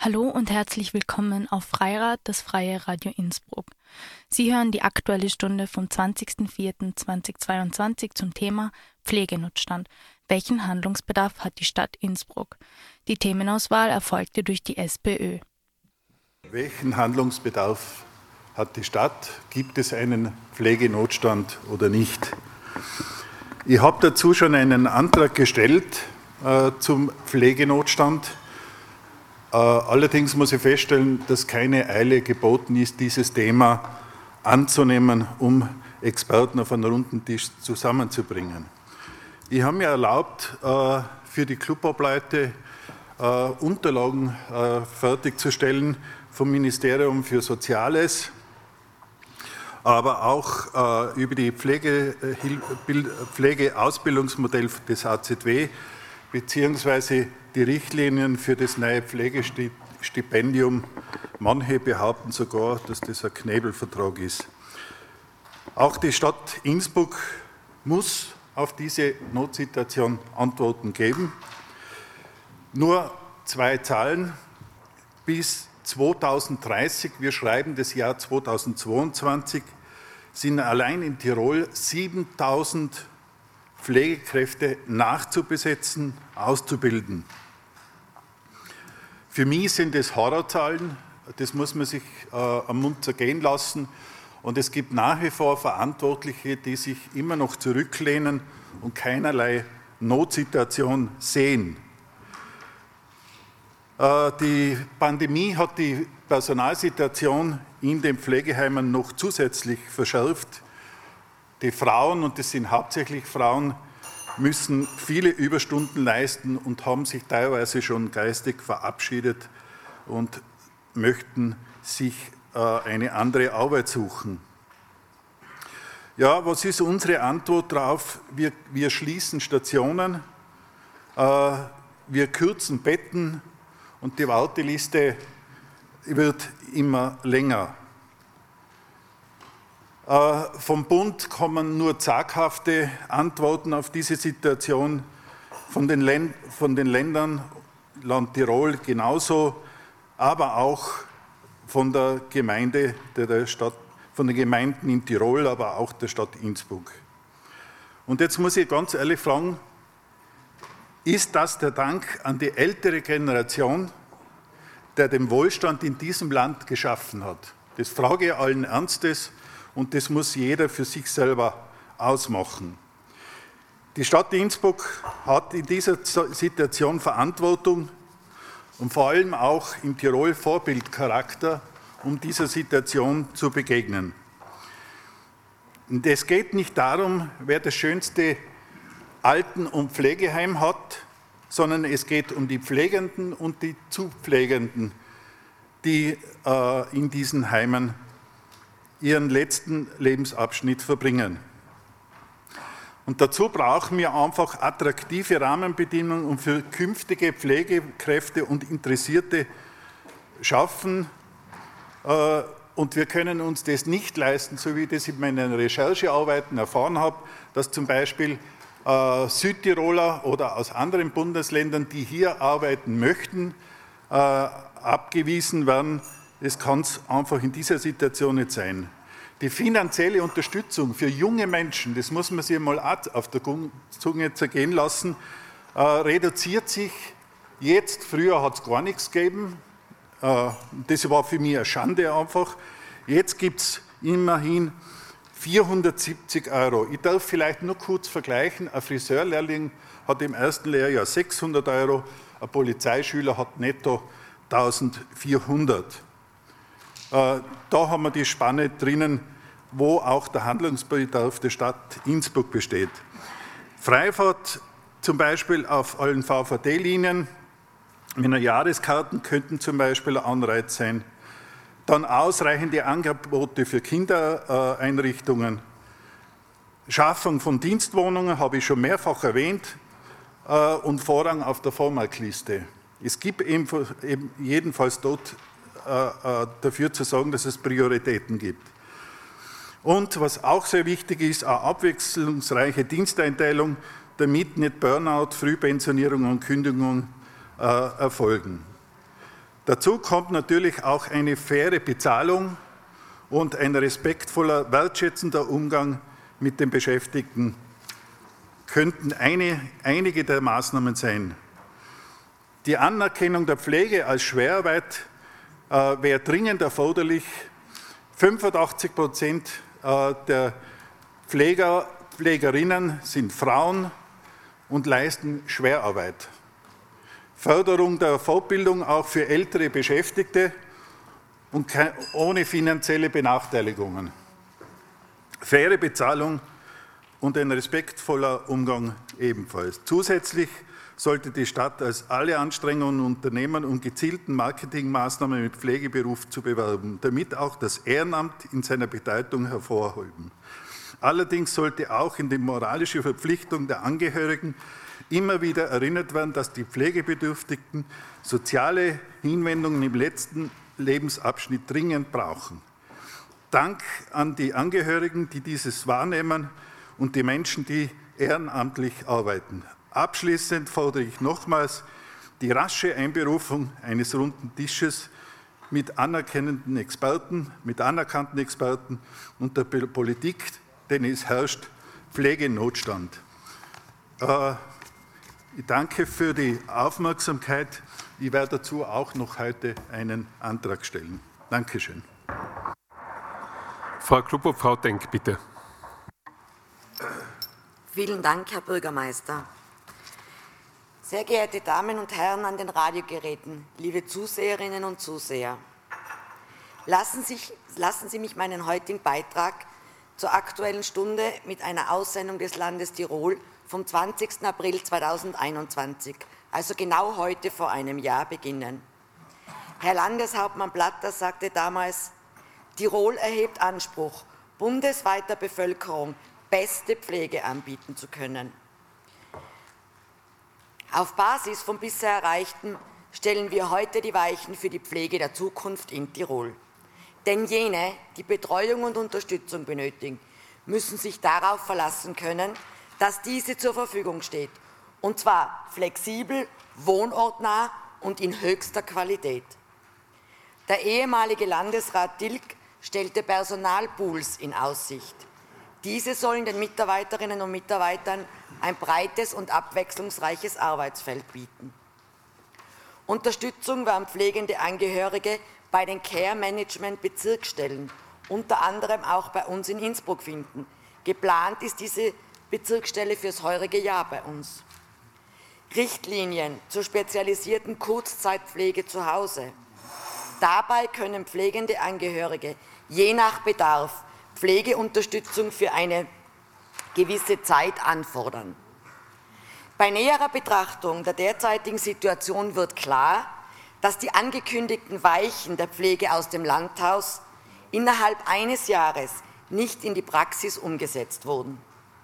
Hallo und herzlich willkommen auf Freirad, das Freie Radio Innsbruck. Sie hören die Aktuelle Stunde vom 20.04.2022 zum Thema Pflegenotstand. Welchen Handlungsbedarf hat die Stadt Innsbruck? Die Themenauswahl erfolgte durch die SPÖ. Welchen Handlungsbedarf hat die Stadt? Gibt es einen Pflegenotstand oder nicht? Ich habe dazu schon einen Antrag gestellt zum Pflegenotstand. Allerdings muss ich feststellen, dass keine Eile geboten ist, dieses Thema anzunehmen, um Experten auf einen runden Tisch zusammenzubringen. Ich habe mir erlaubt, für die Clubobleute Unterlagen fertigzustellen vom Ministerium für Soziales, aber auch über die Pflegeausbildungsmodell des HZW beziehungsweise die Richtlinien für das neue Pflegestipendium. Manche behaupten sogar, dass das ein Knebelvertrag ist. Auch die Stadt Innsbruck muss auf diese Notsituation Antworten geben. Nur 2 Zahlen. Bis 2030, wir schreiben das Jahr 2022, sind allein in Tirol 7.000 Pflegekräfte nachzubesetzen, auszubilden. Für mich sind das Horrorzahlen, das muss man sich am Mund zergehen lassen. Und es gibt nach wie vor Verantwortliche, die sich immer noch zurücklehnen und keinerlei Notsituation sehen. Die Pandemie hat die Personalsituation in den Pflegeheimen noch zusätzlich verschärft. Die Frauen, und das sind hauptsächlich Frauen, müssen viele Überstunden leisten und haben sich teilweise schon geistig verabschiedet und möchten sich eine andere Arbeit suchen. Ja, was ist unsere Antwort darauf? Wir schließen Stationen, wir kürzen Betten und die Warteliste wird immer länger. Vom Bund kommen nur zaghafte Antworten auf diese Situation, von den Ländern, Land Tirol genauso, aber auch von der Gemeinde, von den Gemeinden in Tirol, aber auch der Stadt Innsbruck. Und jetzt muss ich ganz ehrlich fragen, ist das der Dank an die ältere Generation, der den Wohlstand in diesem Land geschaffen hat? Das frage ich allen Ernstes. Und das muss jeder für sich selber ausmachen. Die Stadt Innsbruck hat in dieser Situation Verantwortung und vor allem auch in Tirol Vorbildcharakter, um dieser Situation zu begegnen. Und es geht nicht darum, wer das schönste Alten- und Pflegeheim hat, sondern es geht um die Pflegenden und die Zupflegenden, die in diesen Heimen ihren letzten Lebensabschnitt verbringen. Und dazu brauchen wir einfach attraktive Rahmenbedingungen, um für künftige Pflegekräfte und Interessierte schaffen. Und wir können uns das nicht leisten, so wie ich das in meinen Recherchearbeiten erfahren habe, dass zum Beispiel Südtiroler oder aus anderen Bundesländern, die hier arbeiten möchten, abgewiesen werden. Das kann es einfach in dieser Situation nicht sein. Die finanzielle Unterstützung für junge Menschen, das muss man sich mal auf der Zunge zergehen lassen, reduziert sich jetzt. Früher hat es gar nichts gegeben. Das war für mich eine Schande einfach. Jetzt gibt es immerhin 470 €. Ich darf vielleicht nur kurz vergleichen. Ein Friseurlehrling hat im ersten Lehrjahr 600 €, ein Polizeischüler hat netto 1.400 €. Da haben wir die Spanne drinnen, wo auch der Handlungsbedarf der Stadt Innsbruck besteht. Freifahrt zum Beispiel auf allen VVD-Linien mit einer Jahreskarten könnten zum Beispiel ein Anreiz sein. Dann ausreichende Angebote für Kindereinrichtungen. Schaffung von Dienstwohnungen habe ich schon mehrfach erwähnt und Vorrang auf der Vormerkliste. Es gibt jedenfalls dort dafür zu sorgen, dass es Prioritäten gibt. Und was auch sehr wichtig ist, eine abwechslungsreiche Diensteinteilung, damit nicht Burnout, Frühpensionierung und Kündigung erfolgen. Dazu kommt natürlich auch eine faire Bezahlung und ein respektvoller, wertschätzender Umgang mit den Beschäftigten könnten einige der Maßnahmen sein. Die Anerkennung der Pflege als Schwerarbeit wäre dringend erforderlich. 85% der Pflegerinnen sind Frauen und leisten Schwerarbeit. Förderung der Fortbildung auch für ältere Beschäftigte und ohne finanzielle Benachteiligungen. Faire Bezahlung und ein respektvoller Umgang ebenfalls. Zusätzlich sollte die Stadt als alle Anstrengungen unternehmen, um gezielten Marketingmaßnahmen mit Pflegeberuf zu bewerben, damit auch das Ehrenamt in seiner Bedeutung hervorheben. Allerdings sollte auch in die moralische Verpflichtung der Angehörigen immer wieder erinnert werden, dass die Pflegebedürftigen soziale Hinwendungen im letzten Lebensabschnitt dringend brauchen. Dank an die Angehörigen, die dieses wahrnehmen und die Menschen, die ehrenamtlich arbeiten. Abschließend fordere ich nochmals die rasche Einberufung eines runden Tisches mit anerkannten Experten und der Politik, denn es herrscht Pflegenotstand. Ich danke für die Aufmerksamkeit. Ich werde dazu auch noch heute einen Antrag stellen. Dankeschön. Frau Klubov, Frau Denk, bitte. Vielen Dank, Herr Bürgermeister. Sehr geehrte Damen und Herren an den Radiogeräten, liebe Zuseherinnen und Zuseher, lassen Sie mich meinen heutigen Beitrag zur Aktuellen Stunde mit einer Aussendung des Landes Tirol vom 20. April 2021, also genau heute vor einem Jahr, beginnen. Herr Landeshauptmann Blatter sagte damals, Tirol erhebt Anspruch, bundesweiter Bevölkerung beste Pflege anbieten zu können. Auf Basis vom bisher Erreichten stellen wir heute die Weichen für die Pflege der Zukunft in Tirol. Denn jene, die Betreuung und Unterstützung benötigen, müssen sich darauf verlassen können, dass diese zur Verfügung steht, und zwar flexibel, wohnortnah und in höchster Qualität. Der ehemalige Landesrat Tilg stellte Personalpools in Aussicht. Diese sollen den Mitarbeiterinnen und Mitarbeitern ein breites und abwechslungsreiches Arbeitsfeld bieten. Unterstützung werden pflegende Angehörige bei den Care-Management-Bezirksstellen, unter anderem auch bei uns in Innsbruck, finden. Geplant ist diese Bezirksstelle fürs heurige Jahr bei uns. Richtlinien zur spezialisierten Kurzzeitpflege zu Hause. Dabei können pflegende Angehörige je nach Bedarf Pflegeunterstützung für eine gewisse Zeit anfordern. Bei näherer Betrachtung der derzeitigen Situation wird klar, dass die angekündigten Weichen der Pflege aus dem Landhaus innerhalb eines Jahres nicht in die Praxis umgesetzt wurden.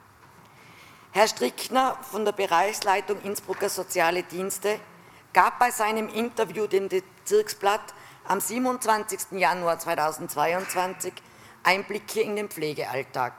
Herr Strickner von der Bereichsleitung Innsbrucker Soziale Dienste gab bei seinem Interview dem Bezirksblatt am 27. Januar 2022 Einblicke in den Pflegealltag.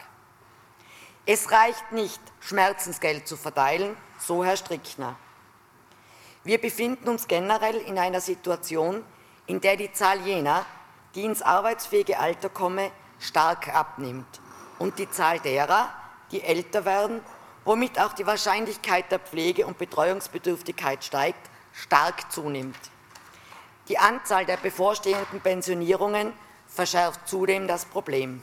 Es reicht nicht, Schmerzensgeld zu verteilen, so Herr Strickner. Wir befinden uns generell in einer Situation, in der die Zahl jener, die ins arbeitsfähige Alter kommen, stark abnimmt und die Zahl derer, die älter werden, womit auch die Wahrscheinlichkeit der Pflege- und Betreuungsbedürftigkeit steigt, stark zunimmt. Die Anzahl der bevorstehenden Pensionierungen verschärft zudem das Problem.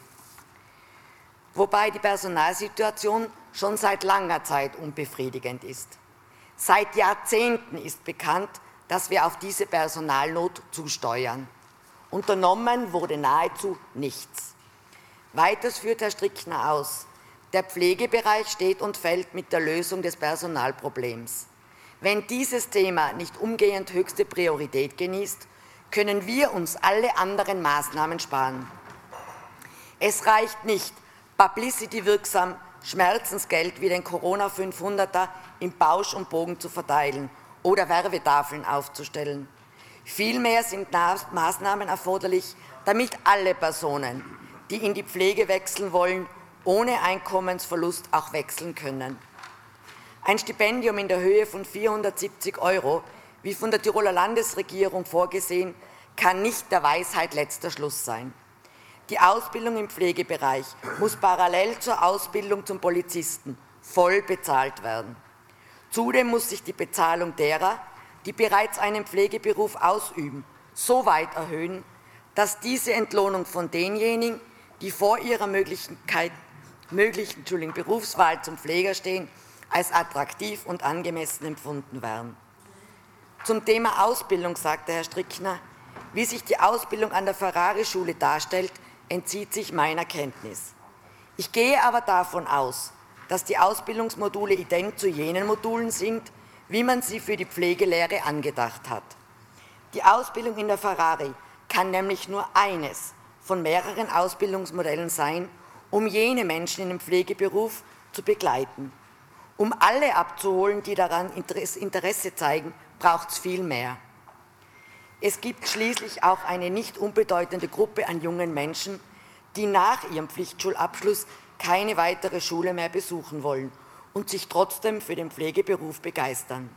Wobei die Personalsituation schon seit langer Zeit unbefriedigend ist. Seit Jahrzehnten ist bekannt, dass wir auf diese Personalnot zusteuern. Unternommen wurde nahezu nichts. Weiters führt Herr Strickner aus, der Pflegebereich steht und fällt mit der Lösung des Personalproblems. Wenn dieses Thema nicht umgehend höchste Priorität genießt, können wir uns alle anderen Maßnahmen sparen. Es reicht nicht, publicity-wirksam Schmerzensgeld wie den Corona-500er im Bausch und Bogen zu verteilen oder Werbetafeln aufzustellen. Vielmehr sind Maßnahmen erforderlich, damit alle Personen, die in die Pflege wechseln wollen, ohne Einkommensverlust auch wechseln können. Ein Stipendium in der Höhe von 470 € wie von der Tiroler Landesregierung vorgesehen, kann nicht der Weisheit letzter Schluss sein. Die Ausbildung im Pflegebereich muss parallel zur Ausbildung zum Polizisten voll bezahlt werden. Zudem muss sich die Bezahlung derer, die bereits einen Pflegeberuf ausüben, so weit erhöhen, dass diese Entlohnung von denjenigen, die vor ihrer möglichen Berufswahl zum Pfleger stehen, als attraktiv und angemessen empfunden werden. Zum Thema Ausbildung sagte Herr Strickner, wie sich die Ausbildung an der Ferrari-Schule darstellt, entzieht sich meiner Kenntnis. Ich gehe aber davon aus, dass die Ausbildungsmodule ident zu jenen Modulen sind, wie man sie für die Pflegelehre angedacht hat. Die Ausbildung in der Ferrari kann nämlich nur eines von mehreren Ausbildungsmodellen sein, um jene Menschen in dem Pflegeberuf zu begleiten. Um alle abzuholen, die daran Interesse zeigen, braucht es viel mehr. Es gibt schließlich auch eine nicht unbedeutende Gruppe an jungen Menschen, die nach ihrem Pflichtschulabschluss keine weitere Schule mehr besuchen wollen und sich trotzdem für den Pflegeberuf begeistern.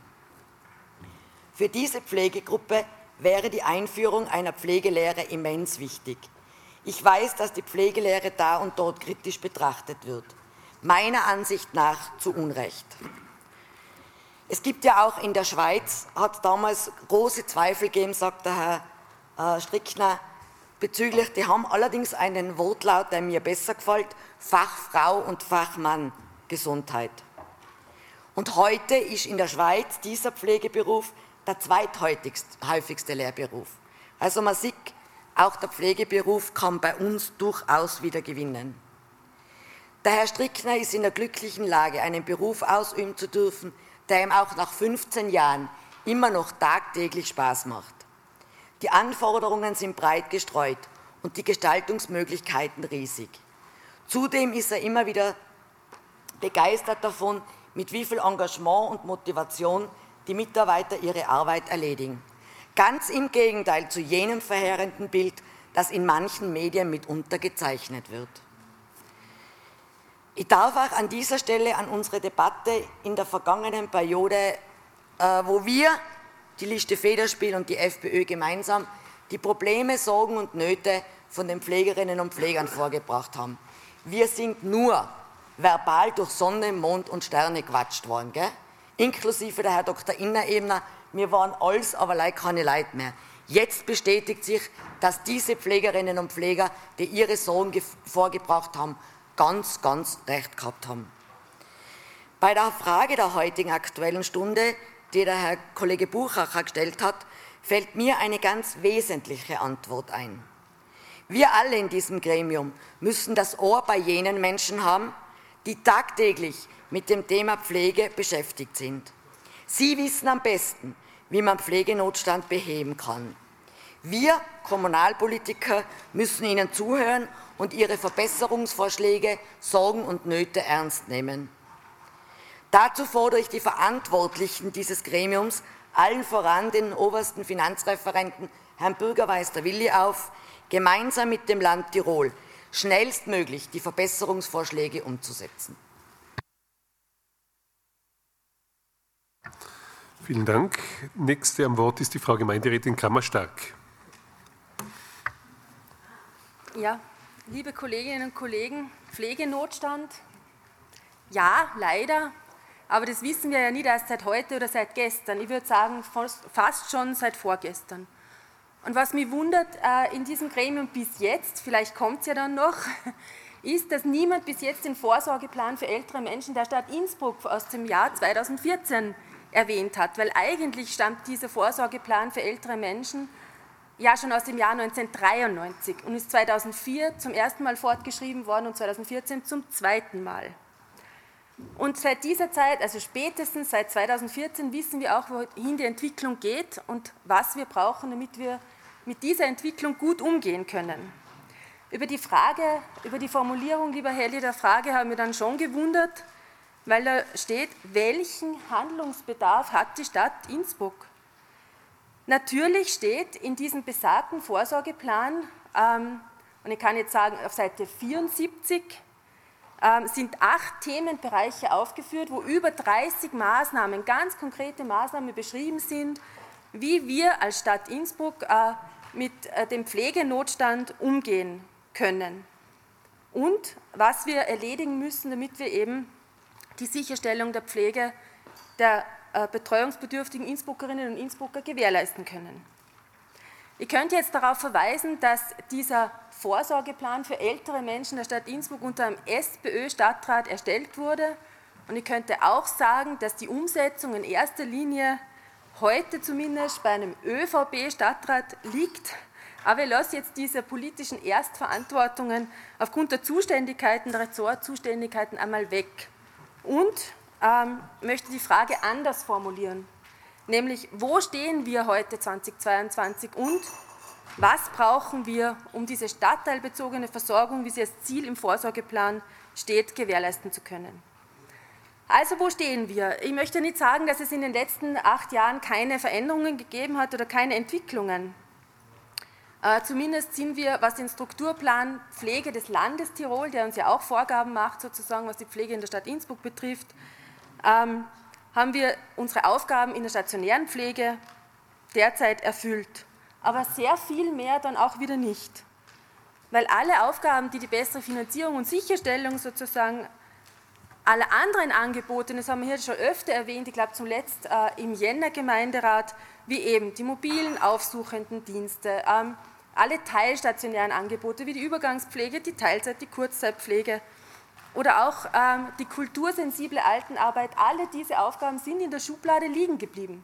Für diese Pflegegruppe wäre die Einführung einer Pflegelehre immens wichtig. Ich weiß, dass die Pflegelehre da und dort kritisch betrachtet wird. Meiner Ansicht nach zu Unrecht. Es gibt ja auch in der Schweiz, hat es damals große Zweifel gegeben, sagt der Herr Strickner, bezüglich, die haben allerdings einen Wortlaut, der mir besser gefällt, Fachfrau und Fachmann Gesundheit. Und heute ist in der Schweiz dieser Pflegeberuf der zweithäufigste Lehrberuf. Also man sieht, auch der Pflegeberuf kann bei uns durchaus wieder gewinnen. Der Herr Strickner ist in der glücklichen Lage, einen Beruf ausüben zu dürfen, der ihm auch nach 15 Jahren immer noch tagtäglich Spaß macht. Die Anforderungen sind breit gestreut und die Gestaltungsmöglichkeiten riesig. Zudem ist er immer wieder begeistert davon, mit wie viel Engagement und Motivation die Mitarbeiter ihre Arbeit erledigen. Ganz im Gegenteil zu jenem verheerenden Bild, das in manchen Medien mitunter gezeichnet wird. Ich darf auch an dieser Stelle an unsere Debatte in der vergangenen Periode, wo wir, die Liste Federspiel und die FPÖ gemeinsam, die Probleme, Sorgen und Nöte von den Pflegerinnen und Pflegern vorgebracht haben. Wir sind nur verbal durch Sonne, Mond und Sterne gequatscht worden, gell? Inklusive der Herr Dr. Inner-Ebner. Wir waren alles, aber leider keine Leute mehr. Jetzt bestätigt sich, dass diese Pflegerinnen und Pfleger, die ihre Sorgen vorgebracht haben, ganz, ganz recht gehabt haben. Bei der Frage der heutigen Aktuellen Stunde, die der Herr Kollege Buchacher gestellt hat, fällt mir eine ganz wesentliche Antwort ein. Wir alle in diesem Gremium müssen das Ohr bei jenen Menschen haben, die tagtäglich mit dem Thema Pflege beschäftigt sind. Sie wissen am besten, wie man Pflegenotstand beheben kann. Wir Kommunalpolitiker müssen ihnen zuhören und ihre Verbesserungsvorschläge, Sorgen und Nöte ernst nehmen. Dazu fordere ich die Verantwortlichen dieses Gremiums, allen voran den obersten Finanzreferenten, Herrn Bürgermeister Willi, auf, gemeinsam mit dem Land Tirol schnellstmöglich die Verbesserungsvorschläge umzusetzen. Vielen Dank. Nächste am Wort ist die Frau Gemeinderätin Kammerstark. Ja, liebe Kolleginnen und Kollegen, Pflegenotstand, ja, leider, aber das wissen wir ja nicht erst seit heute oder seit gestern. Ich würde sagen, fast schon seit vorgestern. Und was mich wundert in diesem Gremium bis jetzt, vielleicht kommt es ja dann noch, ist, dass niemand bis jetzt den Vorsorgeplan für ältere Menschen der Stadt Innsbruck aus dem Jahr 2014 erwähnt hat, weil eigentlich stammt dieser Vorsorgeplan für ältere Menschen ja schon aus dem Jahr 1993 und ist 2004 zum ersten Mal fortgeschrieben worden und 2014 zum zweiten Mal. Und seit dieser Zeit, also spätestens seit 2014, wissen wir auch, wohin die Entwicklung geht und was wir brauchen, damit wir mit dieser Entwicklung gut umgehen können. Über die Formulierung, lieber Helli, der Frage haben wir dann schon gewundert, weil da steht, welchen Handlungsbedarf hat die Stadt Innsbruck? Natürlich steht in diesem besagten Vorsorgeplan, und ich kann jetzt sagen, auf Seite 74 sind 8 Themenbereiche aufgeführt, wo über 30 Maßnahmen, ganz konkrete Maßnahmen beschrieben sind, wie wir als Stadt Innsbruck mit dem Pflegenotstand umgehen können und was wir erledigen müssen, damit wir eben die Sicherstellung der Pflege der betreuungsbedürftigen Innsbruckerinnen und Innsbrucker gewährleisten können. Ich könnte jetzt darauf verweisen, dass dieser Vorsorgeplan für ältere Menschen der Stadt Innsbruck unter einem SPÖ-Stadtrat erstellt wurde. Und ich könnte auch sagen, dass die Umsetzung in erster Linie heute zumindest bei einem ÖVP-Stadtrat liegt. Aber ich lasse jetzt diese politischen Erstverantwortungen aufgrund der Zuständigkeiten, der Ressortzuständigkeiten einmal weg und möchte die Frage anders formulieren, nämlich wo stehen wir heute 2022 und was brauchen wir, um diese stadtteilbezogene Versorgung, wie sie als Ziel im Vorsorgeplan steht, gewährleisten zu können. Also wo stehen wir? Ich möchte nicht sagen, dass es in den letzten 8 Jahren keine Veränderungen gegeben hat oder keine Entwicklungen. Zumindest sind wir, was den Strukturplan Pflege des Landes Tirol, der uns ja auch Vorgaben macht, sozusagen, was die Pflege in der Stadt Innsbruck betrifft, haben wir unsere Aufgaben in der stationären Pflege derzeit erfüllt. Aber sehr viel mehr dann auch wieder nicht. Weil alle Aufgaben, die die bessere Finanzierung und Sicherstellung sozusagen aller anderen Angebote, das haben wir hier schon öfter erwähnt, ich glaube zuletzt im Jänner-Gemeinderat, wie eben die mobilen aufsuchenden Dienste, alle teilstationären Angebote wie die Übergangspflege, die Teilzeit-, die Kurzzeitpflege oder auch die kultursensible Altenarbeit, alle diese Aufgaben sind in der Schublade liegen geblieben.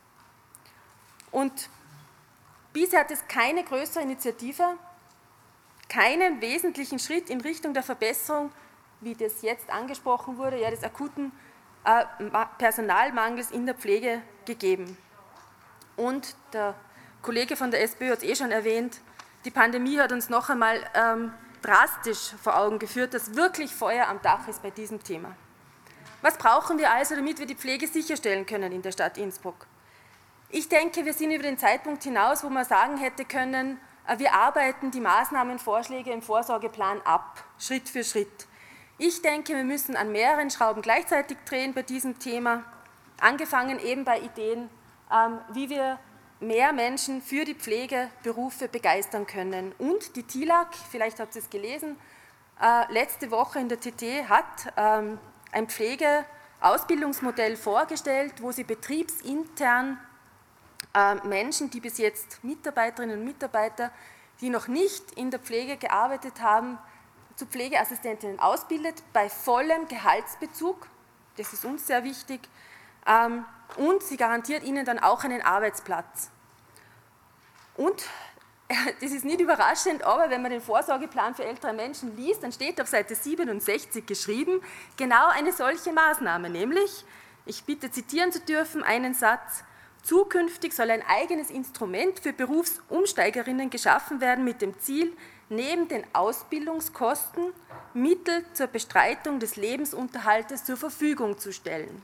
Und bisher hat es keine größere Initiative, keinen wesentlichen Schritt in Richtung der Verbesserung, wie das jetzt angesprochen wurde, ja, des akuten Personalmangels in der Pflege gegeben. Und der Kollege von der SPÖ hat es schon erwähnt, die Pandemie hat uns noch einmal drastisch vor Augen geführt, dass wirklich Feuer am Dach ist bei diesem Thema. Was brauchen wir also, damit wir die Pflege sicherstellen können in der Stadt Innsbruck? Ich denke, wir sind über den Zeitpunkt hinaus, wo man sagen hätte können, wir arbeiten die Maßnahmenvorschläge im Vorsorgeplan ab, Schritt für Schritt. Ich denke, wir müssen an mehreren Schrauben gleichzeitig drehen bei diesem Thema, angefangen eben bei Ideen, wie wir mehr Menschen für die Pflegeberufe begeistern können. Und die TILAG, vielleicht habt ihr es gelesen, letzte Woche in der TT hat ein Pflegeausbildungsmodell vorgestellt, wo sie betriebsintern Menschen, die bis jetzt Mitarbeiterinnen und Mitarbeiter, die noch nicht in der Pflege gearbeitet haben, zu Pflegeassistentinnen ausbildet, bei vollem Gehaltsbezug, das ist uns sehr wichtig, und sie garantiert ihnen dann auch einen Arbeitsplatz. Und das ist nicht überraschend, aber wenn man den Vorsorgeplan für ältere Menschen liest, dann steht auf Seite 67 geschrieben, genau eine solche Maßnahme, nämlich, ich bitte zitieren zu dürfen, einen Satz: Zukünftig soll ein eigenes Instrument für Berufsumsteigerinnen geschaffen werden mit dem Ziel, neben den Ausbildungskosten Mittel zur Bestreitung des Lebensunterhaltes zur Verfügung zu stellen.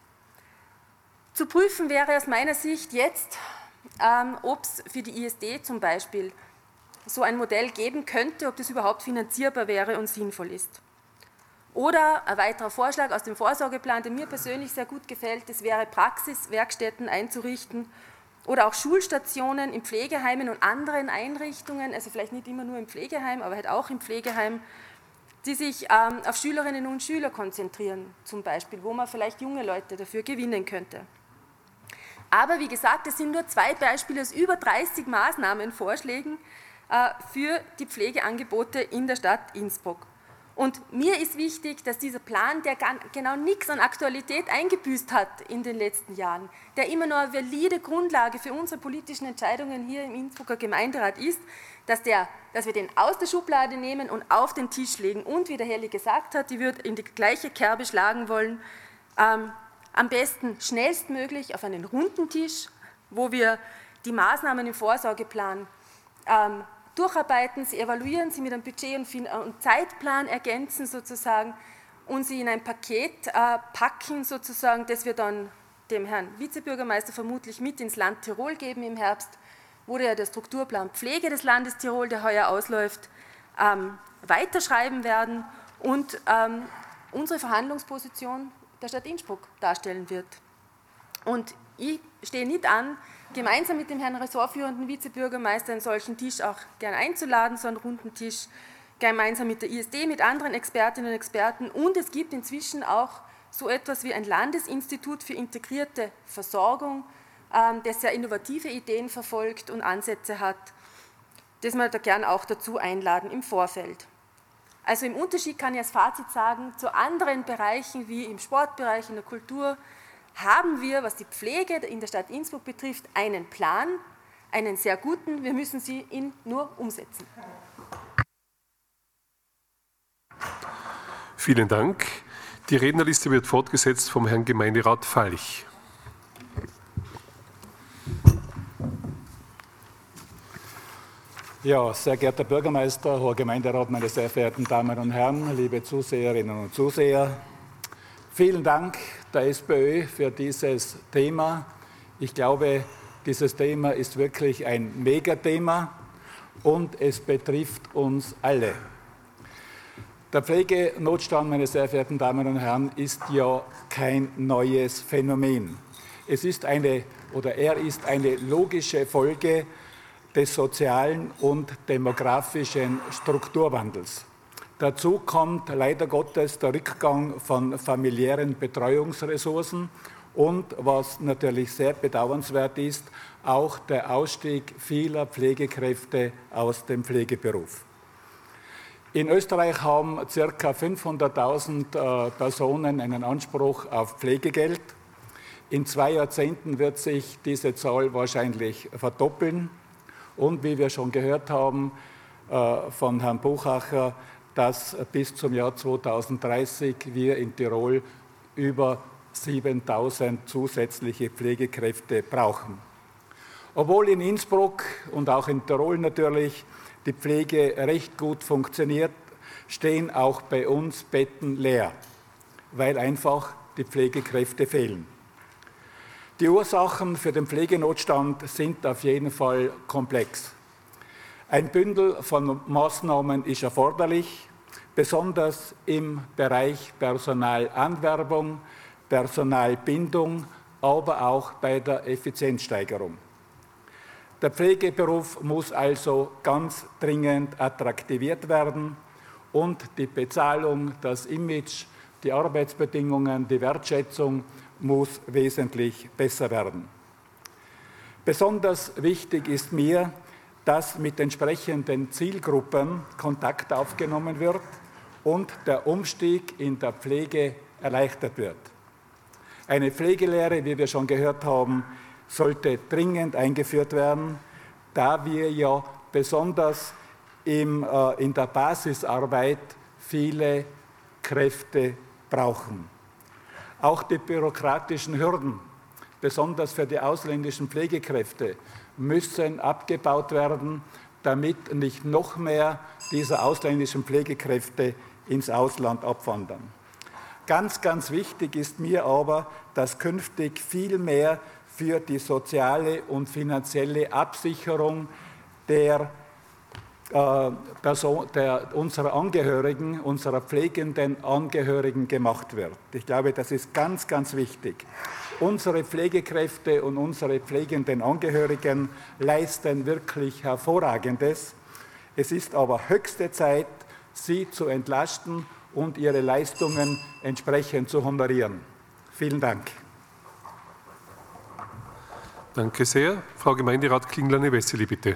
Zu prüfen wäre aus meiner Sicht jetzt, ob es für die ISD zum Beispiel so ein Modell geben könnte, ob das überhaupt finanzierbar wäre und sinnvoll ist. Oder ein weiterer Vorschlag aus dem Vorsorgeplan, der mir persönlich sehr gut gefällt, das wäre Praxiswerkstätten einzurichten oder auch Schulstationen in Pflegeheimen und anderen Einrichtungen, also vielleicht nicht immer nur im Pflegeheim, aber halt auch im Pflegeheim, die sich auf Schülerinnen und Schüler konzentrieren, zum Beispiel, wo man vielleicht junge Leute dafür gewinnen könnte. Aber wie gesagt, das sind nur 2 Beispiele aus über 30 Maßnahmenvorschlägen für die Pflegeangebote in der Stadt Innsbruck. Und mir ist wichtig, dass dieser Plan, der genau nichts an Aktualität eingebüßt hat in den letzten Jahren, der immer noch eine valide Grundlage für unsere politischen Entscheidungen hier im Innsbrucker Gemeinderat ist, dass wir den aus der Schublade nehmen und auf den Tisch legen. Und wie der Helli gesagt hat, ich würde in die gleiche Kerbe schlagen wollen, am besten schnellstmöglich auf einen runden Tisch, wo wir die Maßnahmen im Vorsorgeplan durcharbeiten, sie evaluieren, sie mit einem Budget und Zeitplan ergänzen sozusagen und sie in ein Paket packen sozusagen, das wir dann dem Herrn Vizebürgermeister vermutlich mit ins Land Tirol geben im Herbst, wo ja der Strukturplan Pflege des Landes Tirol, der heuer ausläuft, weiterschreiben werden und unsere Verhandlungsposition der Stadt Innsbruck darstellen wird. Und ich stehe nicht an, gemeinsam mit dem Herrn ressortführenden Vizebürgermeister einen solchen Tisch auch gern einzuladen, so einen runden Tisch, gemeinsam mit der ISD, mit anderen Expertinnen und Experten. Und es gibt inzwischen auch so etwas wie ein Landesinstitut für integrierte Versorgung, das sehr innovative Ideen verfolgt und Ansätze hat, das wir da gern auch dazu einladen im Vorfeld. Also im Unterschied kann ich als Fazit sagen, zu anderen Bereichen wie im Sportbereich, in der Kultur, haben wir, was die Pflege in der Stadt Innsbruck betrifft, einen Plan, einen sehr guten, wir müssen ihn nur umsetzen. Vielen Dank. Die Rednerliste wird fortgesetzt vom Herrn Gemeinderat Falch. Ja, sehr geehrter Bürgermeister, hoher Gemeinderat, meine sehr verehrten Damen und Herren, liebe Zuseherinnen und Zuseher. Vielen Dank der SPÖ für dieses Thema. Ich glaube, dieses Thema ist wirklich ein Megathema und es betrifft uns alle. Der Pflegenotstand, meine sehr verehrten Damen und Herren, ist ja kein neues Phänomen. Er ist eine logische Folge des sozialen und demografischen Strukturwandels. Dazu kommt leider Gottes der Rückgang von familiären Betreuungsressourcen und, was natürlich sehr bedauernswert ist, auch der Ausstieg vieler Pflegekräfte aus dem Pflegeberuf. In Österreich haben ca. 500.000 Personen einen Anspruch auf Pflegegeld. In 2 Jahrzehnten wird sich diese Zahl wahrscheinlich verdoppeln. Und wie wir schon gehört haben von Herrn Buchacher, dass bis zum Jahr 2030 wir in Tirol über 7.000 zusätzliche Pflegekräfte brauchen. Obwohl in Innsbruck und auch in Tirol natürlich die Pflege recht gut funktioniert, stehen auch bei uns Betten leer, weil einfach die Pflegekräfte fehlen. Die Ursachen für den Pflegenotstand sind auf jeden Fall komplex. Ein Bündel von Maßnahmen ist erforderlich, besonders im Bereich Personalanwerbung, Personalbindung, aber auch bei der Effizienzsteigerung. Der Pflegeberuf muss also ganz dringend attraktiviert werden und die Bezahlung, das Image, die Arbeitsbedingungen, die Wertschätzung muss wesentlich besser werden. Besonders wichtig ist mir, dass mit entsprechenden Zielgruppen Kontakt aufgenommen wird und der Umstieg in der Pflege erleichtert wird. Eine Pflegelehre, wie wir schon gehört haben, sollte dringend eingeführt werden, da wir ja besonders in der Basisarbeit viele Kräfte brauchen. Auch die bürokratischen Hürden, besonders für die ausländischen Pflegekräfte, müssen abgebaut werden, damit nicht noch mehr dieser ausländischen Pflegekräfte ins Ausland abwandern. Ganz, ganz wichtig ist mir aber, dass künftig viel mehr für die soziale und finanzielle Absicherung unserer Angehörigen, unserer pflegenden Angehörigen gemacht wird. Ich glaube, das ist ganz, ganz wichtig. Unsere Pflegekräfte und unsere pflegenden Angehörigen leisten wirklich Hervorragendes. Es ist aber höchste Zeit, sie zu entlasten und ihre Leistungen entsprechend zu honorieren. Vielen Dank. Danke sehr. Frau Gemeinderat Klingler-Wessely, bitte.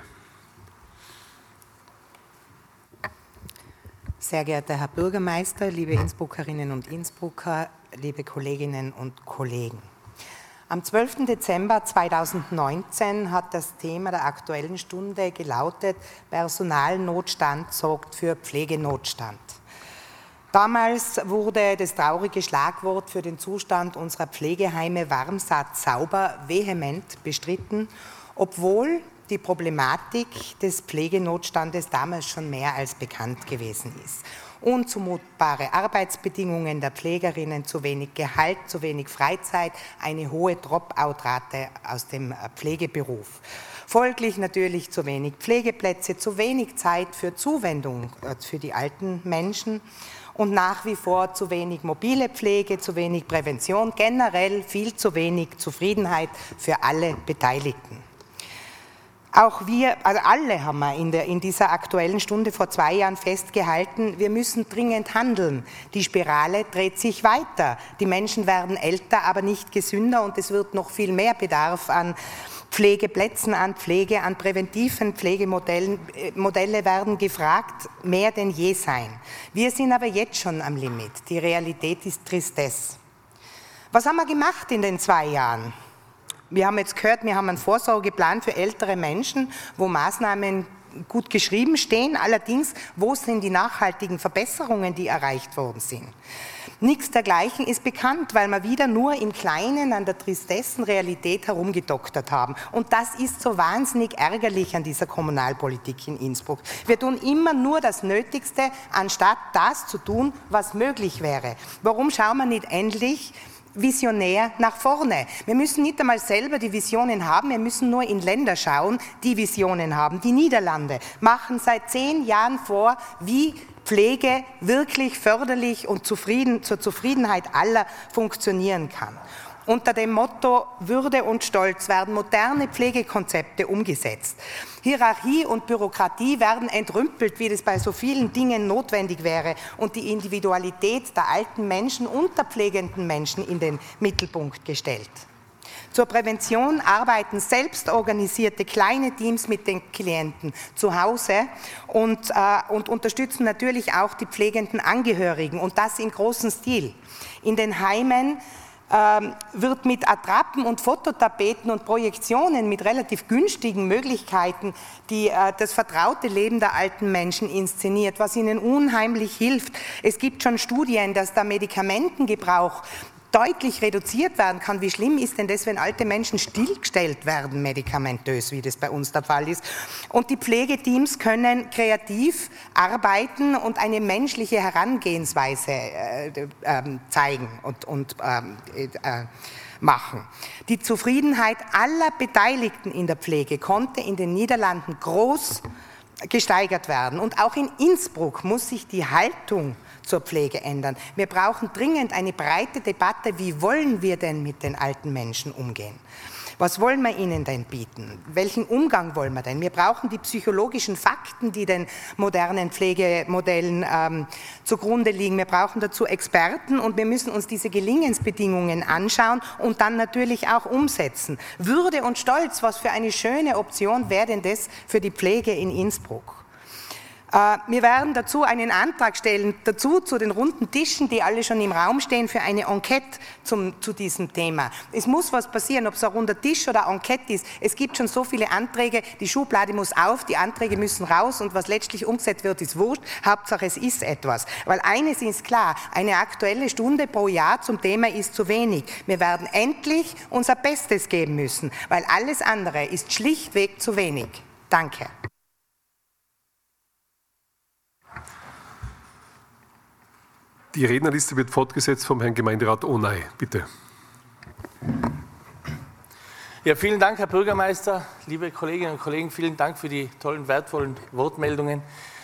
Sehr geehrter Herr Bürgermeister, liebe Innsbruckerinnen und Innsbrucker, liebe Kolleginnen und Kollegen. Am 12. Dezember 2019 hat das Thema der Aktuellen Stunde gelautet: Personalnotstand sorgt für Pflegenotstand. Damals wurde das traurige Schlagwort für den Zustand unserer Pflegeheime warm, satt, sauber vehement bestritten, obwohl die Problematik des Pflegenotstandes damals schon mehr als bekannt gewesen ist. Unzumutbare Arbeitsbedingungen der Pflegerinnen, zu wenig Gehalt, zu wenig Freizeit, eine hohe Dropout-Rate aus dem Pflegeberuf. Folglich natürlich zu wenig Pflegeplätze, zu wenig Zeit für Zuwendung für die alten Menschen und nach wie vor zu wenig mobile Pflege, zu wenig Prävention, generell viel zu wenig Zufriedenheit für alle Beteiligten. Auch wir, also alle haben wir in dieser Aktuellen Stunde vor 2 Jahren festgehalten, wir müssen dringend handeln. Die Spirale dreht sich weiter. Die Menschen werden älter, aber nicht gesünder und es wird noch viel mehr Bedarf an Pflegeplätzen, an Pflege, an präventiven Pflegemodellen. Modelle werden gefragt, mehr denn je sein. Wir sind aber jetzt schon am Limit. Die Realität ist Tristesse. Was haben wir gemacht in den 2 Jahren? Wir haben jetzt gehört, wir haben einen Vorsorgeplan für ältere Menschen, wo Maßnahmen gut geschrieben stehen. Allerdings, wo sind die nachhaltigen Verbesserungen, die erreicht worden sind? Nichts dergleichen ist bekannt, weil wir wieder nur im Kleinen an der Tristessen-Realität herumgedoktert haben. Und das ist so wahnsinnig ärgerlich an dieser Kommunalpolitik in Innsbruck. Wir tun immer nur das Nötigste, anstatt das zu tun, was möglich wäre. Warum schauen wir nicht endlich visionär nach vorne? Wir müssen nicht einmal selber die Visionen haben, wir müssen nur in Länder schauen, die Visionen haben. Die Niederlande machen seit 10 Jahren vor, wie Pflege wirklich förderlich und zur Zufriedenheit aller funktionieren kann. Unter dem Motto Würde und Stolz werden moderne Pflegekonzepte umgesetzt. Hierarchie und Bürokratie werden entrümpelt, wie das bei so vielen Dingen notwendig wäre, und die Individualität der alten Menschen und der pflegenden Menschen in den Mittelpunkt gestellt. Zur Prävention arbeiten selbstorganisierte kleine Teams mit den Klienten zu Hause und unterstützen natürlich auch die pflegenden Angehörigen, und das im großen Stil. In den Heimen wird mit Attrappen und Fototapeten und Projektionen mit relativ günstigen Möglichkeiten das vertraute Leben der alten Menschen inszeniert, was ihnen unheimlich hilft. Es gibt schon Studien, dass der Medikamentengebrauch deutlich reduziert werden kann. Wie schlimm ist denn das, wenn alte Menschen stillgestellt werden, medikamentös, wie das bei uns der Fall ist? Und die Pflegeteams können kreativ arbeiten und eine menschliche Herangehensweise zeigen und machen. Die Zufriedenheit aller Beteiligten in der Pflege konnte in den Niederlanden groß gesteigert werden. Und auch in Innsbruck muss sich die Haltung zur Pflege ändern. Wir brauchen dringend eine breite Debatte, wie wollen wir denn mit den alten Menschen umgehen? Was wollen wir ihnen denn bieten? Welchen Umgang wollen wir denn? Wir brauchen die psychologischen Fakten, die den modernen Pflegemodellen zugrunde liegen. Wir brauchen dazu Experten und wir müssen uns diese Gelingensbedingungen anschauen und dann natürlich auch umsetzen. Würde und Stolz, was für eine schöne Option wäre denn das für die Pflege in Innsbruck? Wir werden dazu einen Antrag stellen, zu den runden Tischen, die alle schon im Raum stehen, für eine Enquete zu diesem Thema. Es muss was passieren, ob es ein runder Tisch oder eine Enquete ist. Es gibt schon so viele Anträge, die Schublade muss auf, die Anträge müssen raus und was letztlich umgesetzt wird, ist wurscht. Hauptsache es ist etwas. Weil eines ist klar, eine aktuelle Stunde pro Jahr zum Thema ist zu wenig. Wir werden endlich unser Bestes geben müssen, weil alles andere ist schlichtweg zu wenig. Danke. Die Rednerliste wird fortgesetzt vom Herrn Gemeinderat Onay. Bitte. Ja, vielen Dank, Herr Bürgermeister, liebe Kolleginnen und Kollegen, vielen Dank für die tollen, wertvollen Wortmeldungen.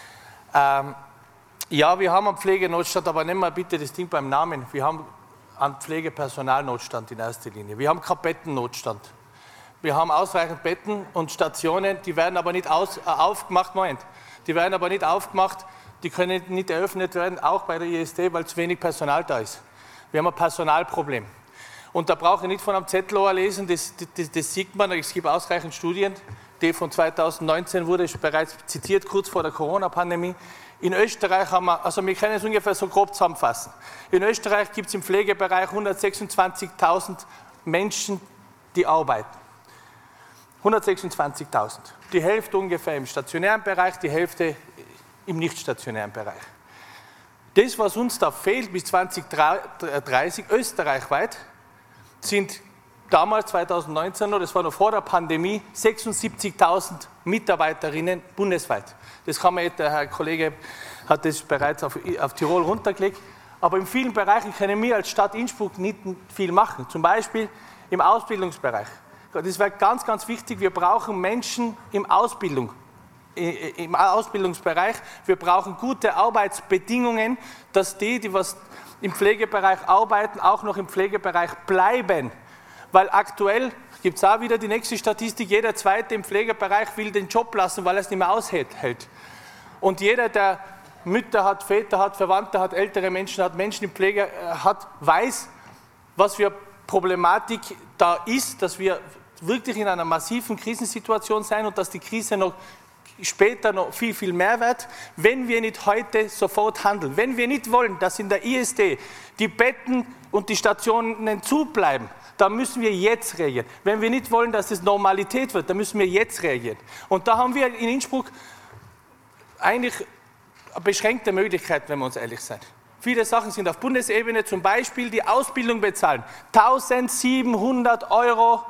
Ja, wir haben einen Pflegenotstand, aber nennen wir bitte das Ding beim Namen. Wir haben einen Pflegepersonalnotstand in erster Linie. Wir haben keinen Bettennotstand. Wir haben ausreichend Betten und Stationen, die werden aber nicht aufgemacht. Die werden aber nicht aufgemacht. Die können nicht eröffnet werden, auch bei der ISD, weil zu wenig Personal da ist. Wir haben ein Personalproblem. Und da brauche ich nicht von einem Zettel lesen, das sieht man, es gibt ausreichend Studien, die von 2019 wurde bereits zitiert, kurz vor der Corona-Pandemie. In Österreich haben wir, also wir können es ungefähr so grob zusammenfassen, in Österreich gibt es im Pflegebereich 126.000 Menschen, die arbeiten. 126.000. Die Hälfte ungefähr im stationären Bereich, die Hälfte im nicht-stationären Bereich. Das, was uns da fehlt bis 2030 österreichweit, sind damals 2019 noch, das war noch vor der Pandemie, 76.000 Mitarbeiterinnen bundesweit. Das kann man, der Herr Kollege hat das bereits auf Tirol runtergelegt, aber in vielen Bereichen können wir als Stadt Innsbruck nicht viel machen, zum Beispiel im Ausbildungsbereich. Das wäre ganz, ganz wichtig, wir brauchen Menschen im Ausbildungsbereich. Wir brauchen gute Arbeitsbedingungen, dass die was im Pflegebereich arbeiten, auch noch im Pflegebereich bleiben. Weil aktuell gibt es auch wieder die nächste Statistik, jeder Zweite im Pflegebereich will den Job lassen, weil er es nicht mehr aushält. Und jeder, der Mütter hat, Väter hat, Verwandte hat, ältere Menschen hat, Menschen in Pflege hat, weiß, was für Problematik da ist, dass wir wirklich in einer massiven Krisensituation sein und dass die Krise noch später noch viel, viel mehr wird, wenn wir nicht heute sofort handeln. Wenn wir nicht wollen, dass in der ISD die Betten und die Stationen zubleiben, dann müssen wir jetzt reagieren. Wenn wir nicht wollen, dass es Normalität wird, dann müssen wir jetzt reagieren. Und da haben wir in Innsbruck eigentlich eine beschränkte Möglichkeit, wenn wir uns ehrlich sind. Viele Sachen sind auf Bundesebene, zum Beispiel die Ausbildung bezahlen. 1.700 €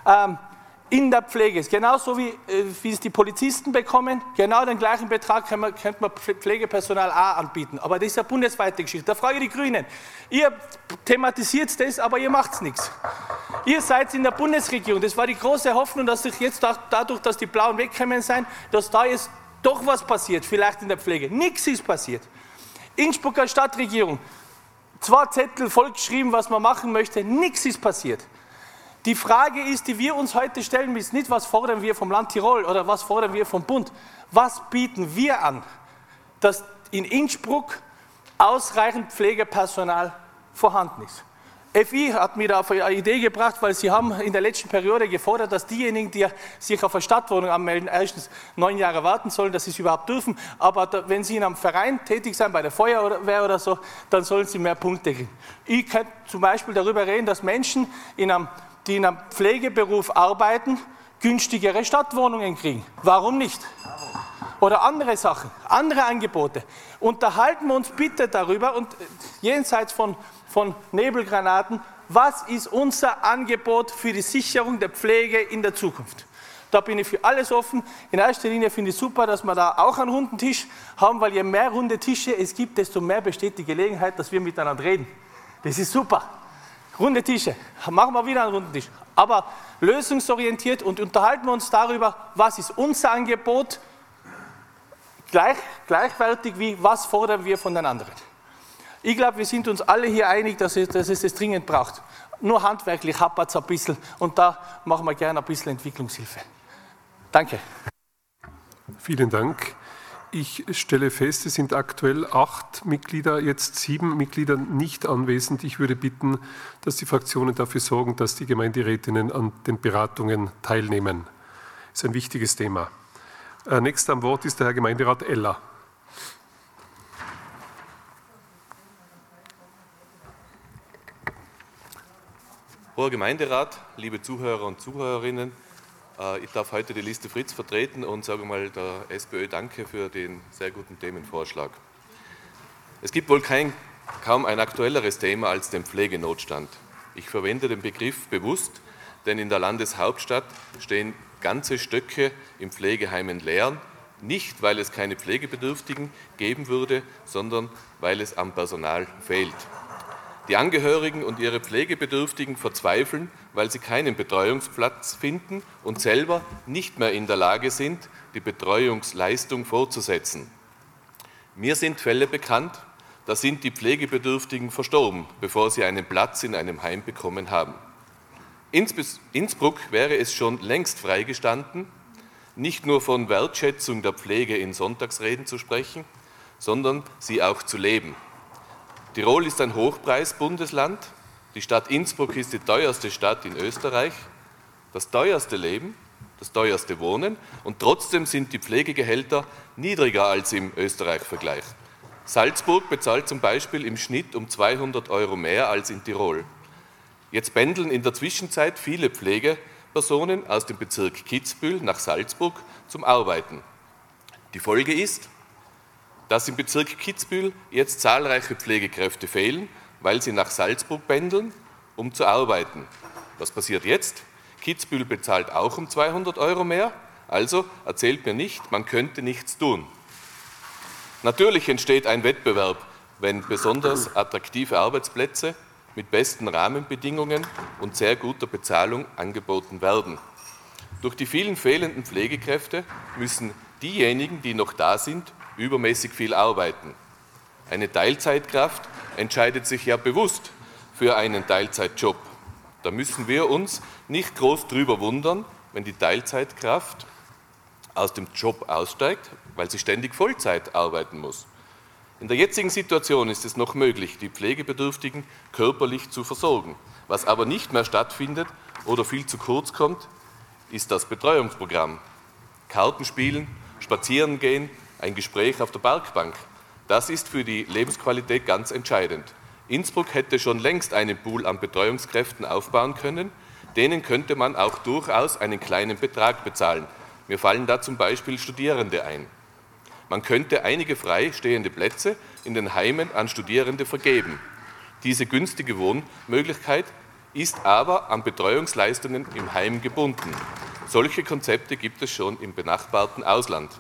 in der Pflege. Genauso wie es die Polizisten bekommen, genau den gleichen Betrag könnte man Pflegepersonal auch anbieten. Aber das ist eine bundesweite Geschichte. Da frage ich die Grünen. Ihr thematisiert das, aber ihr macht nichts. Ihr seid in der Bundesregierung. Das war die große Hoffnung, dass sich jetzt dadurch, dass die Blauen weggekommen sind, dass da jetzt doch was passiert, vielleicht in der Pflege. Nichts ist passiert. Innsbrucker Stadtregierung, 2 Zettel vollgeschrieben, was man machen möchte, nichts ist passiert. Die Frage ist, die wir uns heute stellen müssen, nicht, was fordern wir vom Land Tirol oder was fordern wir vom Bund, was bieten wir an, dass in Innsbruck ausreichend Pflegepersonal vorhanden ist. FI hat mir da auf eine Idee gebracht, weil sie haben in der letzten Periode gefordert, dass diejenigen, die sich auf eine Stadtwohnung anmelden, erstens 9 Jahre warten sollen, dass sie es überhaupt dürfen, aber wenn sie in einem Verein tätig sind, bei der Feuerwehr oder so, dann sollen sie mehr Punkte kriegen. Ich könnte zum Beispiel darüber reden, dass Menschen, die in einem Pflegeberuf arbeiten, günstigere Stadtwohnungen kriegen. Warum nicht? Oder andere Sachen, andere Angebote. Unterhalten wir uns bitte darüber und jenseits von Nebelgranaten, was ist unser Angebot für die Sicherung der Pflege in der Zukunft? Da bin ich für alles offen. In erster Linie finde ich super, dass wir da auch einen runden Tisch haben, weil je mehr runde Tische es gibt, desto mehr besteht die Gelegenheit, dass wir miteinander reden. Das ist super. Runde Tische, machen wir wieder einen runden Tisch. Aber lösungsorientiert und unterhalten wir uns darüber, was ist unser Angebot, gleichwertig wie was fordern wir von den anderen. Ich glaube, wir sind uns alle hier einig, dass es das dringend braucht. Nur handwerklich hapert es ein bisschen und da machen wir gerne ein bisschen Entwicklungshilfe. Danke. Vielen Dank. Ich stelle fest, es sind aktuell 8 Mitglieder, jetzt 7 Mitglieder nicht anwesend. Ich würde bitten, dass die Fraktionen dafür sorgen, dass die Gemeinderätinnen an den Beratungen teilnehmen. Das ist ein wichtiges Thema. Nächster am Wort ist der Herr Gemeinderat Eller. Hoher Gemeinderat, liebe Zuhörer und Zuhörerinnen, ich darf heute die Liste Fritz vertreten und sage mal der SPÖ danke für den sehr guten Themenvorschlag. Es gibt wohl kaum ein aktuelleres Thema als den Pflegenotstand. Ich verwende den Begriff bewusst, denn in der Landeshauptstadt stehen ganze Stöcke in Pflegeheimen leer, nicht weil es keine Pflegebedürftigen geben würde, sondern weil es am Personal fehlt. Die Angehörigen und ihre Pflegebedürftigen verzweifeln, weil sie keinen Betreuungsplatz finden und selber nicht mehr in der Lage sind, die Betreuungsleistung fortzusetzen. Mir sind Fälle bekannt, da sind die Pflegebedürftigen verstorben, bevor sie einen Platz in einem Heim bekommen haben. Innsbruck wäre es schon längst freigestanden, nicht nur von Wertschätzung der Pflege in Sonntagsreden zu sprechen, sondern sie auch zu leben. Tirol ist ein Hochpreis-Bundesland. Die Stadt Innsbruck ist die teuerste Stadt in Österreich. Das teuerste Leben, das teuerste Wohnen und trotzdem sind die Pflegegehälter niedriger als im Österreich-Vergleich. Salzburg bezahlt zum Beispiel im Schnitt um 200 € mehr als in Tirol. Jetzt pendeln in der Zwischenzeit viele Pflegepersonen aus dem Bezirk Kitzbühel nach Salzburg zum Arbeiten. Die Folge ist, dass im Bezirk Kitzbühel jetzt zahlreiche Pflegekräfte fehlen, weil sie nach Salzburg pendeln, um zu arbeiten. Was passiert jetzt? Kitzbühel bezahlt auch um 200 € mehr, also erzählt mir nicht, man könnte nichts tun. Natürlich entsteht ein Wettbewerb, wenn besonders attraktive Arbeitsplätze mit besten Rahmenbedingungen und sehr guter Bezahlung angeboten werden. Durch die vielen fehlenden Pflegekräfte müssen diejenigen, die noch da sind, übermäßig viel arbeiten. Eine Teilzeitkraft entscheidet sich ja bewusst für einen Teilzeitjob. Da müssen wir uns nicht groß drüber wundern, wenn die Teilzeitkraft aus dem Job aussteigt, weil sie ständig Vollzeit arbeiten muss. In der jetzigen Situation ist es noch möglich, die Pflegebedürftigen körperlich zu versorgen. Was aber nicht mehr stattfindet oder viel zu kurz kommt, ist das Betreuungsprogramm. Kartenspielen, spazieren gehen, ein Gespräch auf der Parkbank. Das ist für die Lebensqualität ganz entscheidend. Innsbruck hätte schon längst einen Pool an Betreuungskräften aufbauen können. Denen könnte man auch durchaus einen kleinen Betrag bezahlen. Mir fallen da zum Beispiel Studierende ein. Man könnte einige freistehende Plätze in den Heimen an Studierende vergeben. Diese günstige Wohnmöglichkeit ist aber an Betreuungsleistungen im Heim gebunden. Solche Konzepte gibt es schon im benachbarten Ausland.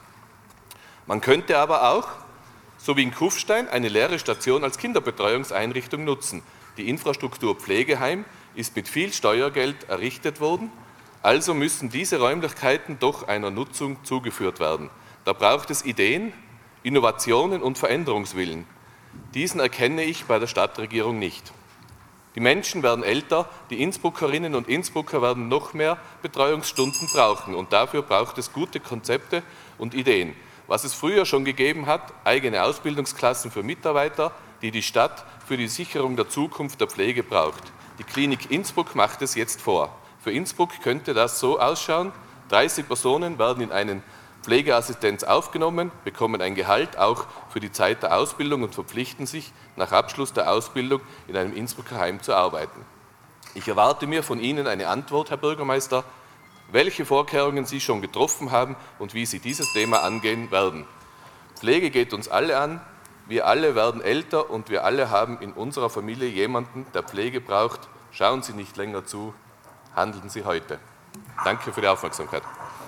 Man könnte aber auch, so wie in Kufstein, eine leere Station als Kinderbetreuungseinrichtung nutzen. Die Infrastruktur Pflegeheim ist mit viel Steuergeld errichtet worden, also müssen diese Räumlichkeiten doch einer Nutzung zugeführt werden. Da braucht es Ideen, Innovationen und Veränderungswillen. Diesen erkenne ich bei der Stadtregierung nicht. Die Menschen werden älter, die Innsbruckerinnen und Innsbrucker werden noch mehr Betreuungsstunden brauchen und dafür braucht es gute Konzepte und Ideen. Was es früher schon gegeben hat, eigene Ausbildungsklassen für Mitarbeiter, die die Stadt für die Sicherung der Zukunft der Pflege braucht. Die Klinik Innsbruck macht es jetzt vor. Für Innsbruck könnte das so ausschauen: 30 Personen werden in einen Pflegeassistenz aufgenommen, bekommen ein Gehalt auch für die Zeit der Ausbildung und verpflichten sich, nach Abschluss der Ausbildung in einem Innsbrucker Heim zu arbeiten. Ich erwarte mir von Ihnen eine Antwort, Herr Bürgermeister, welche Vorkehrungen Sie schon getroffen haben und wie Sie dieses Thema angehen werden. Pflege geht uns alle an, wir alle werden älter und wir alle haben in unserer Familie jemanden, der Pflege braucht. Schauen Sie nicht länger zu, handeln Sie heute. Danke für die Aufmerksamkeit.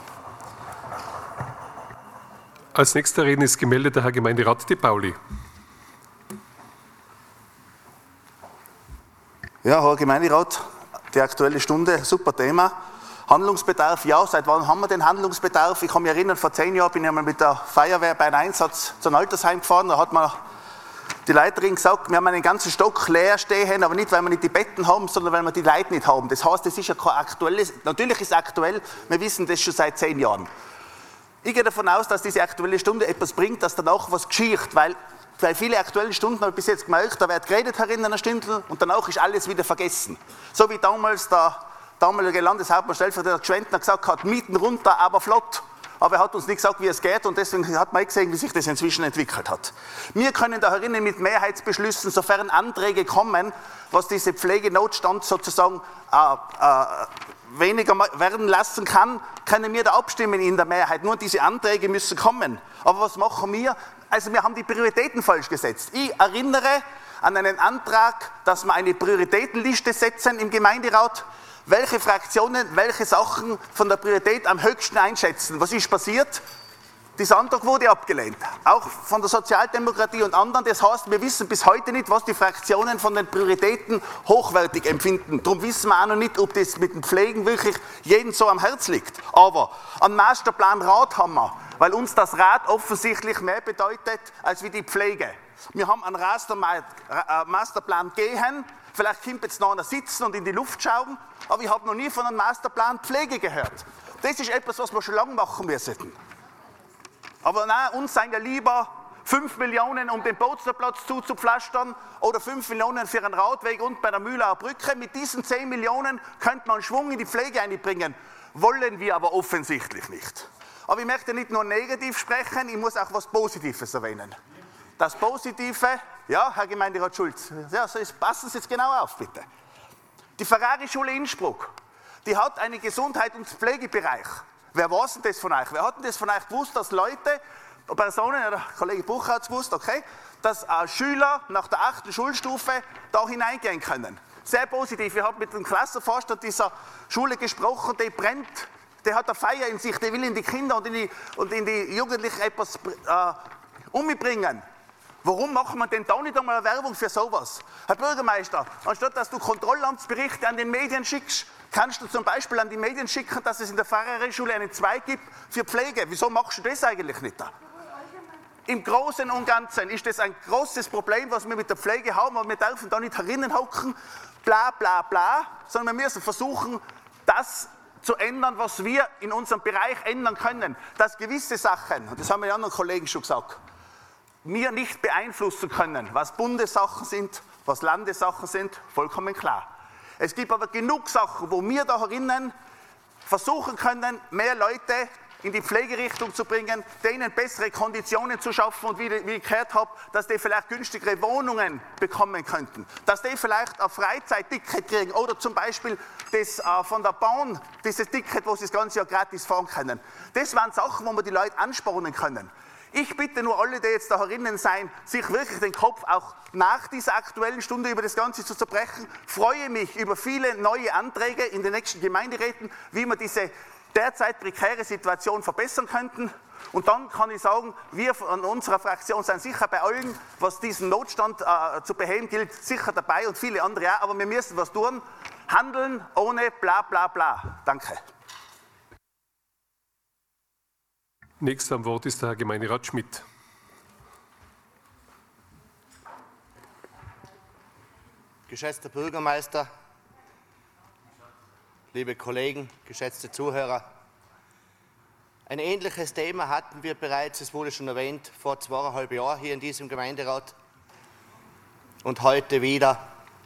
Als nächster Redner ist gemeldet der Herr Gemeinderat De Pauli. Ja, Herr Gemeinderat, die Aktuelle Stunde, super Thema. Handlungsbedarf, ja, seit wann haben wir den Handlungsbedarf? Ich kann mich erinnern, vor 10 Jahren bin ich einmal mit der Feuerwehr bei einem Einsatz zu einem Altersheim gefahren, da hat mir die Leiterin gesagt, wir haben einen ganzen Stock leer stehen, aber nicht, weil wir nicht die Betten haben, sondern weil wir die Leute nicht haben. Das heißt, das ist ja kein aktuelles, natürlich ist es aktuell, wir wissen das schon seit 10 Jahren. Ich gehe davon aus, dass diese Aktuelle Stunde etwas bringt, dass danach was geschieht, weil viele Aktuelle Stunden habe ich bis jetzt gemerkt, da wird geredet in einer Stunde und danach ist alles wieder vergessen. So wie damals der damalige Landeshauptmann Stellvertreter Gschwendtner gesagt hat, Mieten runter, aber flott. Aber er hat uns nicht gesagt, wie es geht und deswegen hat man gesehen, wie sich das inzwischen entwickelt hat. Wir können da herinnen mit Mehrheitsbeschlüssen, sofern Anträge kommen, was diese Pflegenotstand sozusagen weniger werden lassen kann, können wir da abstimmen in der Mehrheit. Nur diese Anträge müssen kommen. Aber was machen wir? Also wir haben die Prioritäten falsch gesetzt. Ich erinnere an einen Antrag, dass wir eine Prioritätenliste setzen im Gemeinderat, welche Fraktionen welche Sachen von der Priorität am höchsten einschätzen. Was ist passiert? Dieser Antrag wurde abgelehnt, auch von der Sozialdemokratie und anderen. Das heißt, wir wissen bis heute nicht, was die Fraktionen von den Prioritäten hochwertig empfinden. Darum wissen wir auch noch nicht, ob das mit den Pflegen wirklich jedem so am Herz liegt. Aber einen Masterplan Rat haben wir, weil uns das Rat offensichtlich mehr bedeutet als wie die Pflege. Wir haben einen Masterplan gehen, vielleicht kommt jetzt noch einer sitzen und in die Luft schauen, aber ich habe noch nie von einem Masterplan Pflege gehört. Das ist etwas, was wir schon lange machen müssen. Aber nein, uns seien ja lieber 5 Millionen, um den Bozenplatz zuzupflastern oder 5 Millionen für einen Radweg und bei der Mühlauer Brücke. Mit diesen 10 Millionen könnte man Schwung in die Pflege einbringen. Wollen wir aber offensichtlich nicht. Aber ich möchte nicht nur negativ sprechen, ich muss auch was Positives erwähnen. Das Positive, ja, Herr Gemeinderat Schulz, ja, passen Sie jetzt genau auf, bitte. Die Ferrari-Schule Innsbruck, die hat einen Gesundheit- und Pflegebereich. Wer weiß denn das von euch? Wer hat denn das von euch gewusst, dass Leute, Personen, der Kollege Bucher hat es gewusst, okay, dass Schüler nach der 8. Schulstufe da hineingehen können? Sehr positiv. Ich habe mit dem Klassenvorstand dieser Schule gesprochen, die brennt, der hat eine Feier in sich, der will in die Kinder und in die Jugendlichen etwas umbringen. Warum macht man denn da nicht einmal eine Werbung für sowas? Herr Bürgermeister, anstatt dass du Kontrollamtsberichte an den Medien schickst, kannst du zum Beispiel an die Medien schicken, dass es in der Pfarrerschule einen Zweig gibt für Pflege. Wieso machst du das eigentlich nicht? Im Großen und Ganzen ist das ein großes Problem, was wir mit der Pflege haben, aber wir dürfen da nicht herinnen hocken bla bla bla, sondern wir müssen versuchen, das zu ändern, was wir in unserem Bereich ändern können. Dass gewisse Sachen, und das haben die anderen Kollegen schon gesagt, wir nicht beeinflussen können, was Bundessachen sind, was Landessachen sind, vollkommen klar. Es gibt aber genug Sachen, wo wir da herinnen versuchen können, mehr Leute in die Pflegerichtung zu bringen, denen bessere Konditionen zu schaffen und wie ich gehört habe, dass die vielleicht günstigere Wohnungen bekommen könnten, dass die vielleicht ein Freizeitticket kriegen oder zum Beispiel das von der Bahn, dieses Ticket, wo sie das ganze Jahr gratis fahren können. Das waren Sachen, wo wir die Leute anspornen können. Ich bitte nur alle, die jetzt da herinnen sein, sich wirklich den Kopf auch nach dieser Aktuellen Stunde über das Ganze zu zerbrechen. Freue mich über viele neue Anträge in den nächsten Gemeinderäten, wie wir diese derzeit prekäre Situation verbessern könnten. Und dann kann ich sagen, wir von unserer Fraktion sind sicher bei allen, was diesen Notstand zu beheben gilt, sicher dabei und viele andere auch. Aber wir müssen was tun. Handeln ohne bla bla bla. Danke. Nächster am Wort ist der Herr Gemeinderat Schmidt. Geschätzter Bürgermeister, liebe Kollegen, geschätzte Zuhörer, ein ähnliches Thema hatten wir bereits, es wurde schon erwähnt, vor 2,5 Jahren hier in diesem Gemeinderat und heute wieder.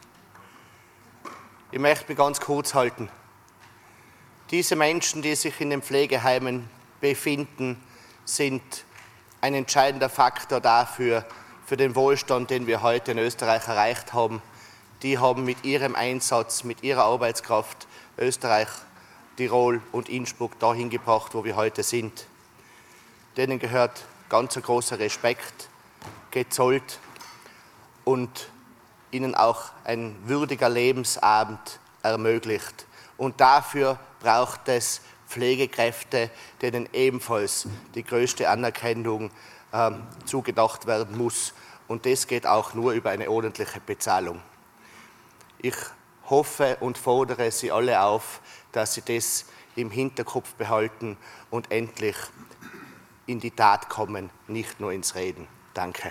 Ich möchte mich ganz kurz halten. Diese Menschen, die sich in den Pflegeheimen befinden, sind ein entscheidender Faktor dafür, für den Wohlstand, den wir heute in Österreich erreicht haben. Die haben mit ihrem Einsatz, mit ihrer Arbeitskraft Österreich, Tirol und Innsbruck dahin gebracht, wo wir heute sind. Denen gehört ganz ein großer Respekt gezollt und ihnen auch ein würdiger Lebensabend ermöglicht. Und dafür braucht es Pflegekräfte, denen ebenfalls die größte Anerkennung zugedacht werden muss. Und das geht auch nur über eine ordentliche Bezahlung. Ich hoffe und fordere Sie alle auf, dass Sie das im Hinterkopf behalten und endlich in die Tat kommen, nicht nur ins Reden. Danke.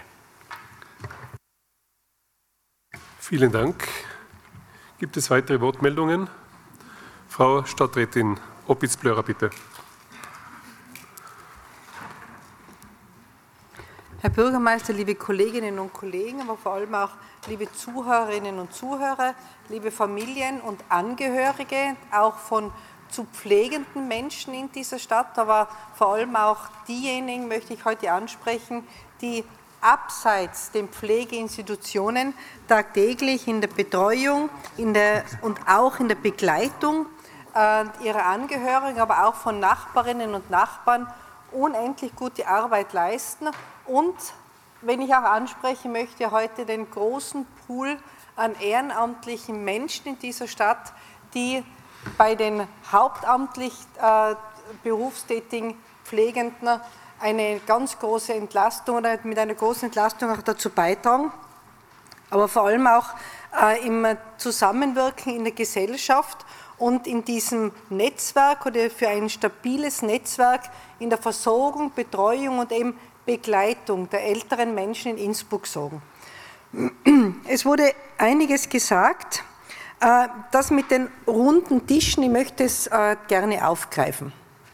Vielen Dank. Gibt es weitere Wortmeldungen? Frau Stadträtin Opitz-Blörer, bitte. Herr Bürgermeister, liebe Kolleginnen und Kollegen, aber vor allem auch liebe Zuhörerinnen und Zuhörer, liebe Familien und Angehörige, auch von zu pflegenden Menschen in dieser Stadt, aber vor allem auch diejenigen möchte ich heute ansprechen, die abseits den Pflegeinstitutionen tagtäglich in der Betreuung und auch in der Begleitung ihrer Angehörigen, aber auch von Nachbarinnen und Nachbarn unendlich gute Arbeit leisten. Und, wenn ich auch ansprechen möchte, heute den großen Pool an ehrenamtlichen Menschen in dieser Stadt, die bei den hauptamtlich berufstätigen Pflegenden eine ganz große Entlastung oder mit einer großen Entlastung auch dazu beitragen, aber vor allem auch im Zusammenwirken in der Gesellschaft und in diesem Netzwerk oder für ein stabiles Netzwerk in der Versorgung, Betreuung und eben Begleitung der älteren Menschen in Innsbruck sorgen. Es wurde einiges gesagt. Das mit den runden Tischen, ich möchte es gerne aufgreifen.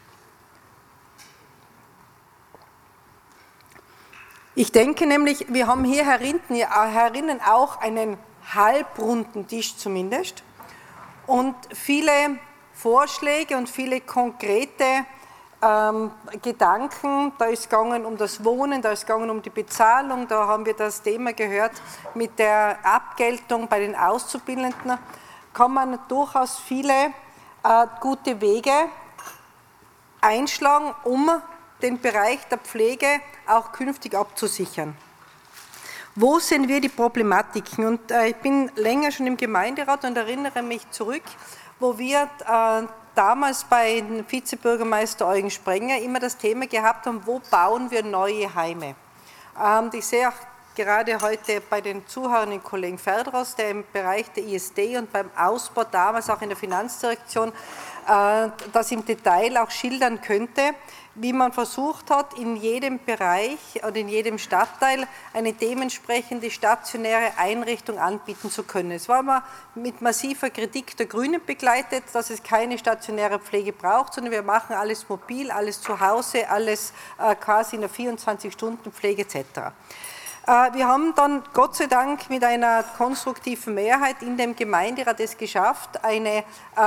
Ich denke nämlich, wir haben hier herinnen auch einen halbrunden Tisch zumindest und viele Vorschläge und viele konkrete Gedanken. Da ist es gegangen um das Wohnen, da ist es gegangen um die Bezahlung, da haben wir das Thema gehört mit der Abgeltung bei den Auszubildenden. Kann man durchaus viele gute Wege einschlagen, um den Bereich der Pflege auch künftig abzusichern. Wo sehen wir die Problematiken? Und ich bin länger schon im Gemeinderat und erinnere mich zurück, wo wir damals bei Vizebürgermeister Eugen Sprenger immer das Thema gehabt haben, wo bauen wir neue Heime? Ich sehe auch gerade heute bei den zuhörenden Kollegen Ferdros, der im Bereich der ISD und beim Ausbau damals auch in der Finanzdirektion das im Detail auch schildern könnte, wie man versucht hat, in jedem Bereich oder in jedem Stadtteil eine dementsprechende stationäre Einrichtung anbieten zu können. Es war immer mit massiver Kritik der Grünen begleitet, dass es keine stationäre Pflege braucht, sondern wir machen alles mobil, alles zu Hause, alles quasi in der 24-Stunden-Pflege etc. Wir haben dann Gott sei Dank mit einer konstruktiven Mehrheit in dem Gemeinderat es geschafft, eine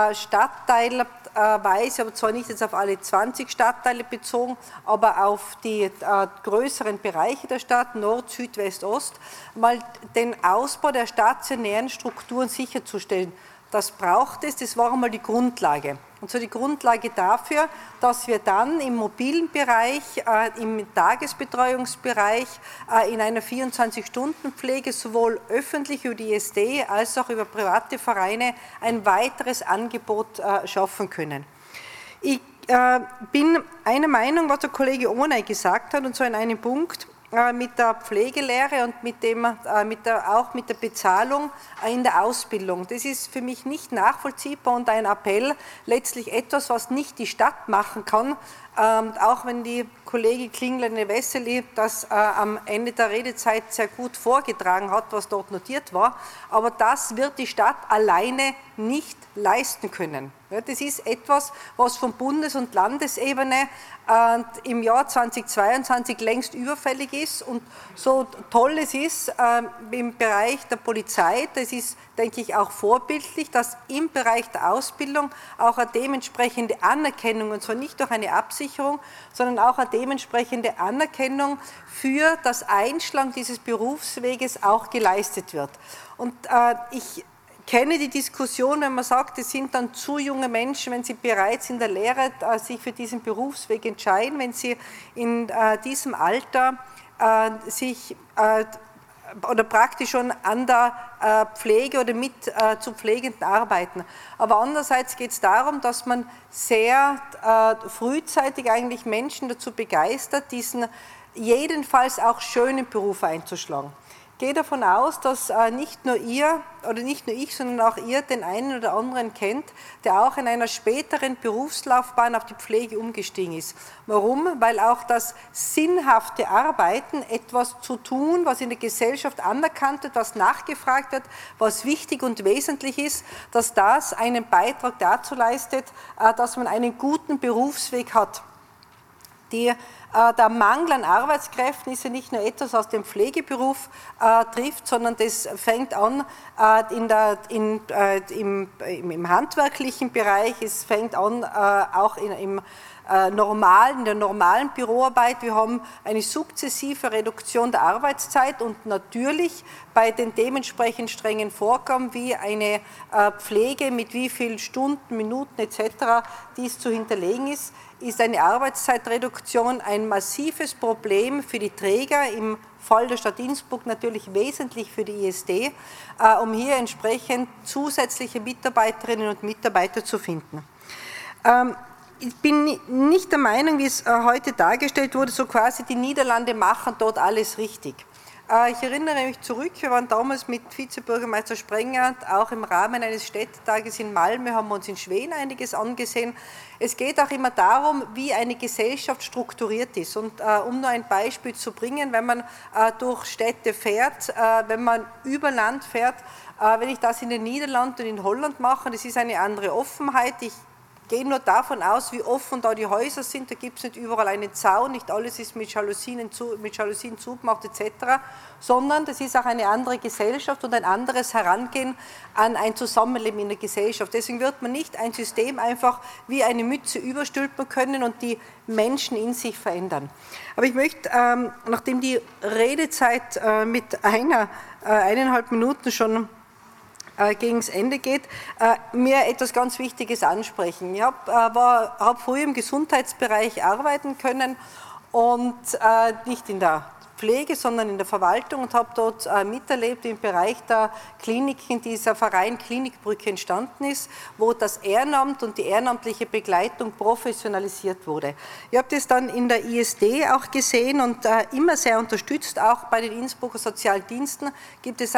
Stadtteilweise, aber zwar nicht jetzt auf alle 20 Stadtteile bezogen, aber auf die größeren Bereiche der Stadt, Nord, Süd, West, Ost, mal den Ausbau der stationären Strukturen sicherzustellen. Das braucht es, das war einmal die Grundlage. Und so die Grundlage dafür, dass wir dann im mobilen Bereich, im Tagesbetreuungsbereich, in einer 24-Stunden-Pflege sowohl öffentlich über die ISD als auch über private Vereine ein weiteres Angebot schaffen können. Ich bin einer Meinung, was der Kollege Ohney gesagt hat, und zwar in einem Punkt, mit der Pflegelehre und auch mit der Bezahlung in der Ausbildung. Das ist für mich nicht nachvollziehbar und ein Appell, letztlich etwas, was nicht die Stadt machen kann, auch wenn die Kollegin Klingler-Wessely das am Ende der Redezeit sehr gut vorgetragen hat, was dort notiert war, aber das wird die Stadt alleine nicht leisten können. Ja, das ist etwas, was von Bundes- und Landesebene im Jahr 2022 längst überfällig ist, und so toll es ist im Bereich der Polizei, das ist, denke ich, auch vorbildlich, dass im Bereich der Ausbildung auch eine dementsprechende Anerkennung, und zwar nicht durch eine Absicherung, sondern auch eine dementsprechende Anerkennung für das Einschlagen dieses Berufsweges auch geleistet wird. Und ich kenne die Diskussion, wenn man sagt, es sind dann zu junge Menschen, wenn sie bereits in der Lehre sich für diesen Berufsweg entscheiden, wenn sie in diesem Alter sich oder praktisch schon an der Pflege oder mit zu Pflegenden arbeiten. Aber andererseits geht es darum, dass man sehr frühzeitig eigentlich Menschen dazu begeistert, diesen jedenfalls auch schönen Beruf einzuschlagen. Ich gehe davon aus, dass nicht nur ihr oder nicht nur ich, sondern auch ihr den einen oder anderen kennt, der auch in einer späteren Berufslaufbahn auf die Pflege umgestiegen ist. Warum? Weil auch das sinnhafte Arbeiten, etwas zu tun, was in der Gesellschaft anerkannt wird, was nachgefragt wird, was wichtig und wesentlich ist, dass das einen Beitrag dazu leistet, dass man einen guten Berufsweg hat. Der Mangel an Arbeitskräften ist ja nicht nur etwas, was den Pflegeberuf trifft, sondern das fängt an im handwerklichen Bereich, es fängt an auch in der normalen Büroarbeit. Wir haben eine sukzessive Reduktion der Arbeitszeit und natürlich bei den dementsprechend strengen Vorgaben wie eine Pflege mit wie vielen Stunden, Minuten etc., dies zu hinterlegen ist eine Arbeitszeitreduktion ein massives Problem für die Träger, im Fall der Stadt Innsbruck natürlich wesentlich für die ISD, um hier entsprechend zusätzliche Mitarbeiterinnen und Mitarbeiter zu finden. Ich bin nicht der Meinung, wie es heute dargestellt wurde, so quasi die Niederlande machen dort alles richtig. Ich erinnere mich zurück, wir waren damals mit Vizebürgermeister Sprenger auch im Rahmen eines Städtetages in Malmö, haben wir uns in Schweden einiges angesehen. Es geht auch immer darum, wie eine Gesellschaft strukturiert ist. Und um nur ein Beispiel zu bringen, wenn man durch Städte fährt, wenn man über Land fährt, wenn ich das in den Niederlanden und in Holland mache, das ist eine andere Offenheit. Ich gehe nur davon aus, wie offen da die Häuser sind. Da gibt es nicht überall einen Zaun, nicht alles ist mit Jalousien zugemacht etc., sondern das ist auch eine andere Gesellschaft und ein anderes Herangehen an ein Zusammenleben in der Gesellschaft. Deswegen wird man nicht ein System einfach wie eine Mütze überstülpen können und die Menschen in sich verändern. Aber ich möchte, nachdem die Redezeit mit 1,5 Minuten schon gegen das Ende geht, mir etwas ganz Wichtiges ansprechen. Ich habe früher im Gesundheitsbereich arbeiten können und nicht in der Pflege, sondern in der Verwaltung und habe dort miterlebt im Bereich der Kliniken, dieser Verein Klinikbrücke entstanden ist, wo das Ehrenamt und die ehrenamtliche Begleitung professionalisiert wurde. Ich habe das dann in der ISD auch gesehen und immer sehr unterstützt, auch bei den Innsbrucker Sozialdiensten gibt es ein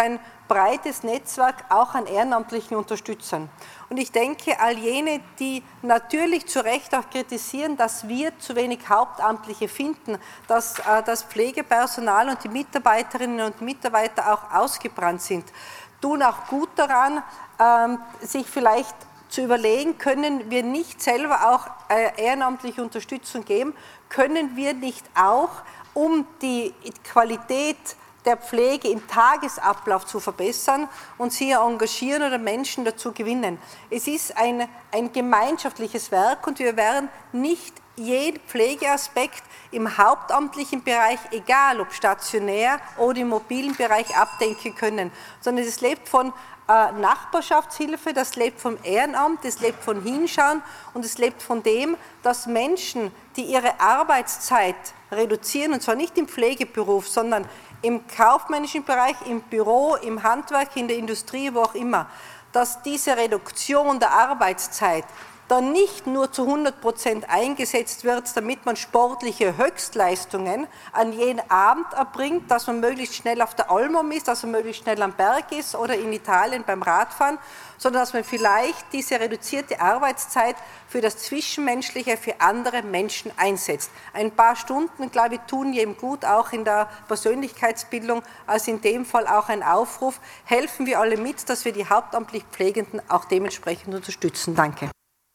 breites Netzwerk auch an ehrenamtlichen Unterstützern. Und ich denke, all jene, die natürlich zu Recht auch kritisieren, dass wir zu wenig Hauptamtliche finden, dass das Pflegepersonal und die Mitarbeiterinnen und Mitarbeiter auch ausgebrannt sind, tun auch gut daran, sich vielleicht zu überlegen, können wir nicht selber auch ehrenamtliche Unterstützung geben, können wir nicht auch, um die Qualität der Pflege im Tagesablauf zu verbessern, uns hier engagieren oder Menschen dazu gewinnen. Es ist ein gemeinschaftliches Werk und wir werden nicht jeden Pflegeaspekt im hauptamtlichen Bereich, egal ob stationär oder im mobilen Bereich, abdenken können, sondern es lebt von Nachbarschaftshilfe, das lebt vom Ehrenamt, es lebt von Hinschauen und es lebt von dem, dass Menschen, die ihre Arbeitszeit reduzieren, und zwar nicht im Pflegeberuf, sondern im kaufmännischen Bereich, im Büro, im Handwerk, in der Industrie, wo auch immer, dass diese Reduktion der Arbeitszeit dann nicht nur zu 100% eingesetzt wird, damit man sportliche Höchstleistungen an jeden Abend erbringt, dass man möglichst schnell auf der Almum ist, dass man möglichst schnell am Berg ist oder in Italien beim Radfahren, sondern dass man vielleicht diese reduzierte Arbeitszeit für das Zwischenmenschliche, für andere Menschen einsetzt. Ein paar Stunden, glaube ich, tun jedem gut, auch in der Persönlichkeitsbildung, also in dem Fall auch ein Aufruf. Helfen wir alle mit, dass wir die hauptamtlich Pflegenden auch dementsprechend unterstützen. Danke.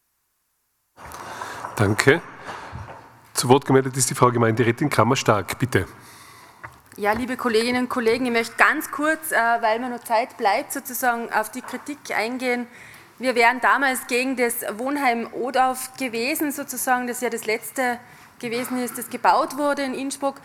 Danke. Zu Wort gemeldet ist die Frau Gemeinderätin Kammer-Stark. Bitte. Ja, liebe Kolleginnen und Kollegen, ich möchte ganz kurz, weil mir noch Zeit bleibt, sozusagen auf die Kritik eingehen. Wir wären damals gegen das Wohnheim Odauf gewesen, sozusagen, das ja das letzte gewesen ist, das gebaut wurde in Innsbruck.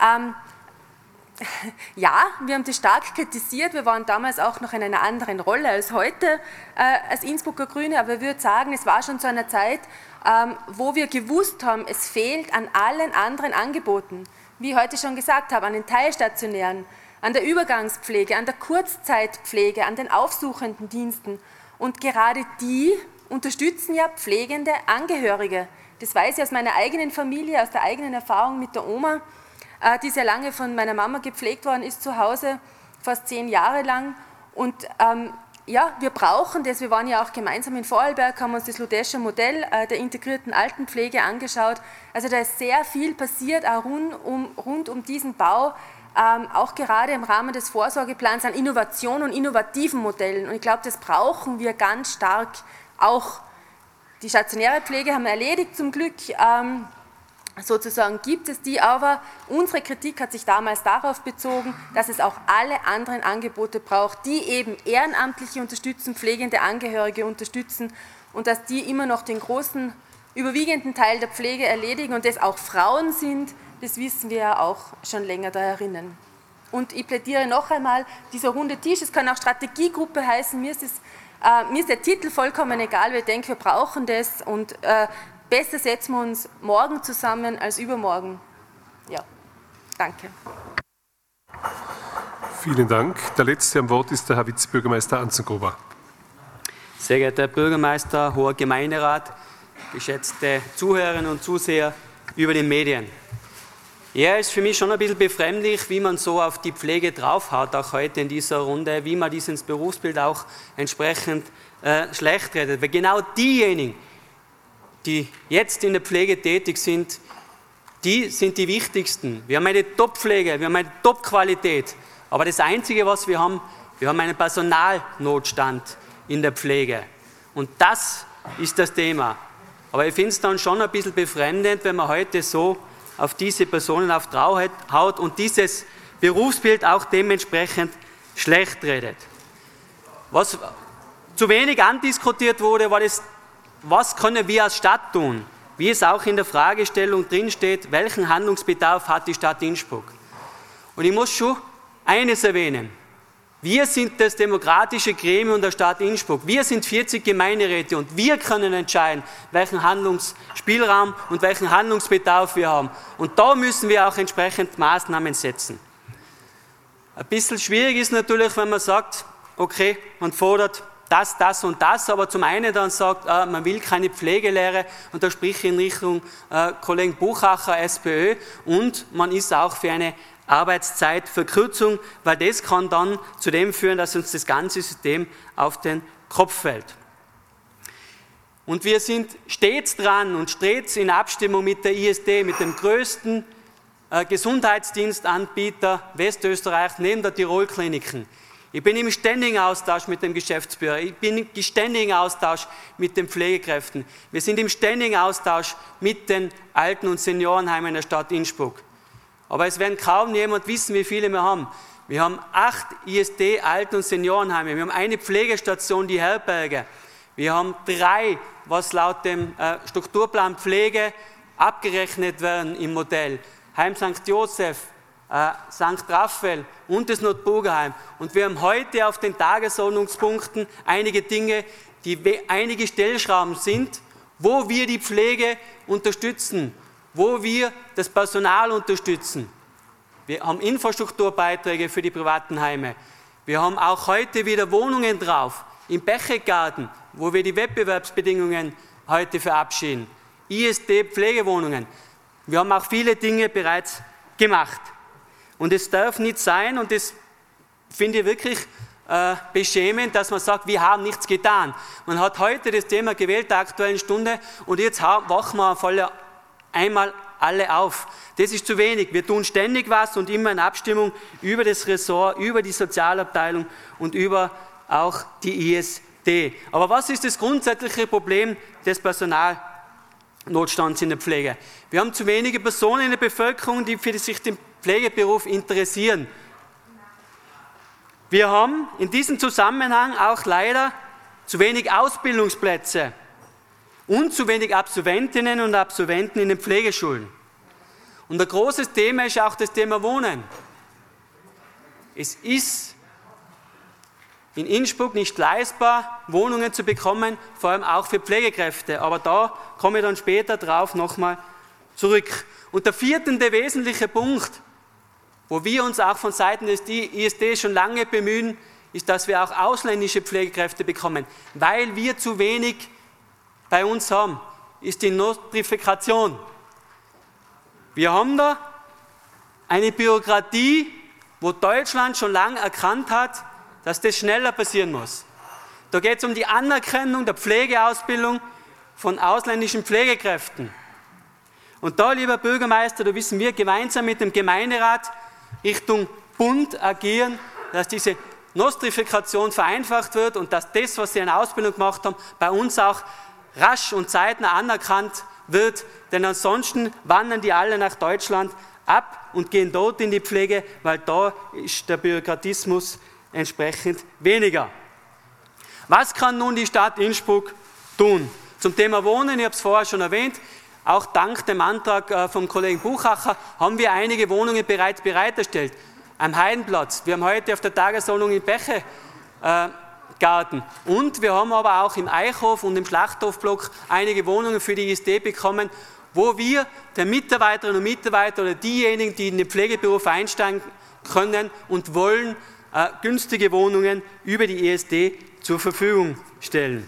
Ja, wir haben das stark kritisiert. Wir waren damals auch noch in einer anderen Rolle als heute als Innsbrucker Grüne. Aber ich würde sagen, es war schon zu einer Zeit, wo wir gewusst haben, es fehlt an allen anderen Angeboten. Wie ich heute schon gesagt habe, an den Teilstationären, an der Übergangspflege, an der Kurzzeitpflege, an den aufsuchenden Diensten. Und gerade die unterstützen ja pflegende Angehörige. Das weiß ich aus meiner eigenen Familie, aus der eigenen Erfahrung mit der Oma, die sehr lange von meiner Mama gepflegt worden ist zu Hause, fast 10 Jahre lang. Und ja, wir brauchen das. Wir waren ja auch gemeinsam in Vorarlberg, haben uns das Ludescher Modell der integrierten Altenpflege angeschaut. Also da ist sehr viel passiert, auch rund um diesen Bau, auch gerade im Rahmen des Vorsorgeplans an Innovation und innovativen Modellen. Und ich glaube, das brauchen wir ganz stark auch. Die stationäre Pflege haben wir erledigt zum Glück. Sozusagen gibt es die, aber unsere Kritik hat sich damals darauf bezogen, dass es auch alle anderen Angebote braucht, die eben Ehrenamtliche unterstützen, pflegende Angehörige unterstützen und dass die immer noch den großen, überwiegenden Teil der Pflege erledigen und das auch Frauen sind, das wissen wir ja auch schon länger da herinnen. Und ich plädiere noch einmal, dieser runde Tisch, es kann auch Strategiegruppe heißen, mir ist der Titel vollkommen egal, wir denken, wir brauchen das und besser setzen wir uns morgen zusammen als übermorgen. Ja, danke. Vielen Dank. Der Letzte am Wort ist der Herr Vizebürgermeister Anzengruber. Sehr geehrter Herr Bürgermeister, hoher Gemeinderat, geschätzte Zuhörerinnen und Zuseher über den Medien. Ja, es ist für mich schon ein bisschen befremdlich, wie man so auf die Pflege draufhaut, auch heute in dieser Runde, wie man dieses Berufsbild auch entsprechend schlecht redet. Weil genau diejenigen, die jetzt in der Pflege tätig sind, die sind die wichtigsten. Wir haben eine Top-Pflege, wir haben eine Top-Qualität. Aber das Einzige, was wir haben einen Personalnotstand in der Pflege. Und das ist das Thema. Aber ich finde es dann schon ein bisschen befremdend, wenn man heute so auf diese Personen auf draufhaut und dieses Berufsbild auch dementsprechend schlecht redet. Was zu wenig andiskutiert wurde, war das, was können wir als Stadt tun? Wie es auch in der Fragestellung drinsteht, welchen Handlungsbedarf hat die Stadt Innsbruck? Und ich muss schon eines erwähnen. Wir sind das demokratische Gremium der Stadt Innsbruck. Wir sind 40 Gemeinderäte und wir können entscheiden, welchen Handlungsspielraum und welchen Handlungsbedarf wir haben. Und da müssen wir auch entsprechend Maßnahmen setzen. Ein bisschen schwierig ist natürlich, wenn man sagt, okay, man fordert das und das, aber zum einen dann sagt, man will keine Pflegelehre, und da sprich ich in Richtung Kollegen Buchacher, SPÖ, und man ist auch für eine Arbeitszeitverkürzung, weil das kann dann zu dem führen, dass uns das ganze System auf den Kopf fällt. Und wir sind stets dran und stets in Abstimmung mit der ISD, mit dem größten Gesundheitsdienstanbieter Westösterreich neben der Tirol-Kliniken. Ich bin im ständigen Austausch mit dem Geschäftsführer, ich bin im ständigen Austausch mit den Pflegekräften, wir sind im ständigen Austausch mit den Alten- und Seniorenheimen der Stadt Innsbruck. Aber es werden kaum jemand wissen, wie viele wir haben. Wir haben 8 ISD Alten- und Seniorenheime, wir haben eine Pflegestation, die Herberge, wir haben 3, was laut dem Strukturplan Pflege abgerechnet werden im Modell. Heim St. Joseph, St. Raphael und das Notburgerheim. Und wir haben heute auf den Tagesordnungspunkten einige Dinge, die einige Stellschrauben sind, wo wir die Pflege unterstützen, wo wir das Personal unterstützen. Wir haben Infrastrukturbeiträge für die privaten Heime. Wir haben auch heute wieder Wohnungen drauf, im Bechegarten, wo wir die Wettbewerbsbedingungen heute verabschieden. ISD-Pflegewohnungen. Wir haben auch viele Dinge bereits gemacht. Und es darf nicht sein, und das finde ich wirklich beschämend, dass man sagt, wir haben nichts getan. Man hat heute das Thema gewählt der Aktuellen Stunde, und jetzt wachen wir einmal alle auf. Das ist zu wenig. Wir tun ständig was und immer in Abstimmung über das Ressort, über die Sozialabteilung und über auch die ISD. Aber was ist das grundsätzliche Problem des Personalnotstands in der Pflege? Wir haben zu wenige Personen in der Bevölkerung, die für sich den Pflegeberuf interessieren. Wir haben in diesem Zusammenhang auch leider zu wenig Ausbildungsplätze und zu wenig Absolventinnen und Absolventen in den Pflegeschulen. Und ein großes Thema ist auch das Thema Wohnen. Es ist in Innsbruck nicht leistbar, Wohnungen zu bekommen, vor allem auch für Pflegekräfte. Aber da komme ich dann später drauf nochmal zurück. Und der vierte wesentliche Punkt, wo wir uns auch von Seiten des ISD schon lange bemühen, ist, dass wir auch ausländische Pflegekräfte bekommen, weil wir zu wenig bei uns haben, ist die Nostrifikation. Wir haben da eine Bürokratie, wo Deutschland schon lange erkannt hat, dass das schneller passieren muss. Da geht es um die Anerkennung der Pflegeausbildung von ausländischen Pflegekräften. Und da, lieber Bürgermeister, da müssen wir gemeinsam mit dem Gemeinderat Richtung Bund agieren, dass diese Nostrifikation vereinfacht wird und dass das, was sie in Ausbildung gemacht haben, bei uns auch rasch und zeitnah anerkannt wird, denn ansonsten wandern die alle nach Deutschland ab und gehen dort in die Pflege, weil da ist der Bürokratismus entsprechend weniger. Was kann nun die Stadt Innsbruck tun? Zum Thema Wohnen, ich habe es vorher schon erwähnt, auch dank dem Antrag vom Kollegen Buchacher haben wir einige Wohnungen bereits bereitgestellt. Am Heidenplatz, wir haben heute auf der Tagesordnung in Beche Garten. Und wir haben aber auch im Eichhof und im Schlachthofblock einige Wohnungen für die ISD bekommen, wo wir den Mitarbeiterinnen und Mitarbeitern oder diejenigen, die in den Pflegeberuf einsteigen können und wollen, günstige Wohnungen über die ISD zur Verfügung stellen.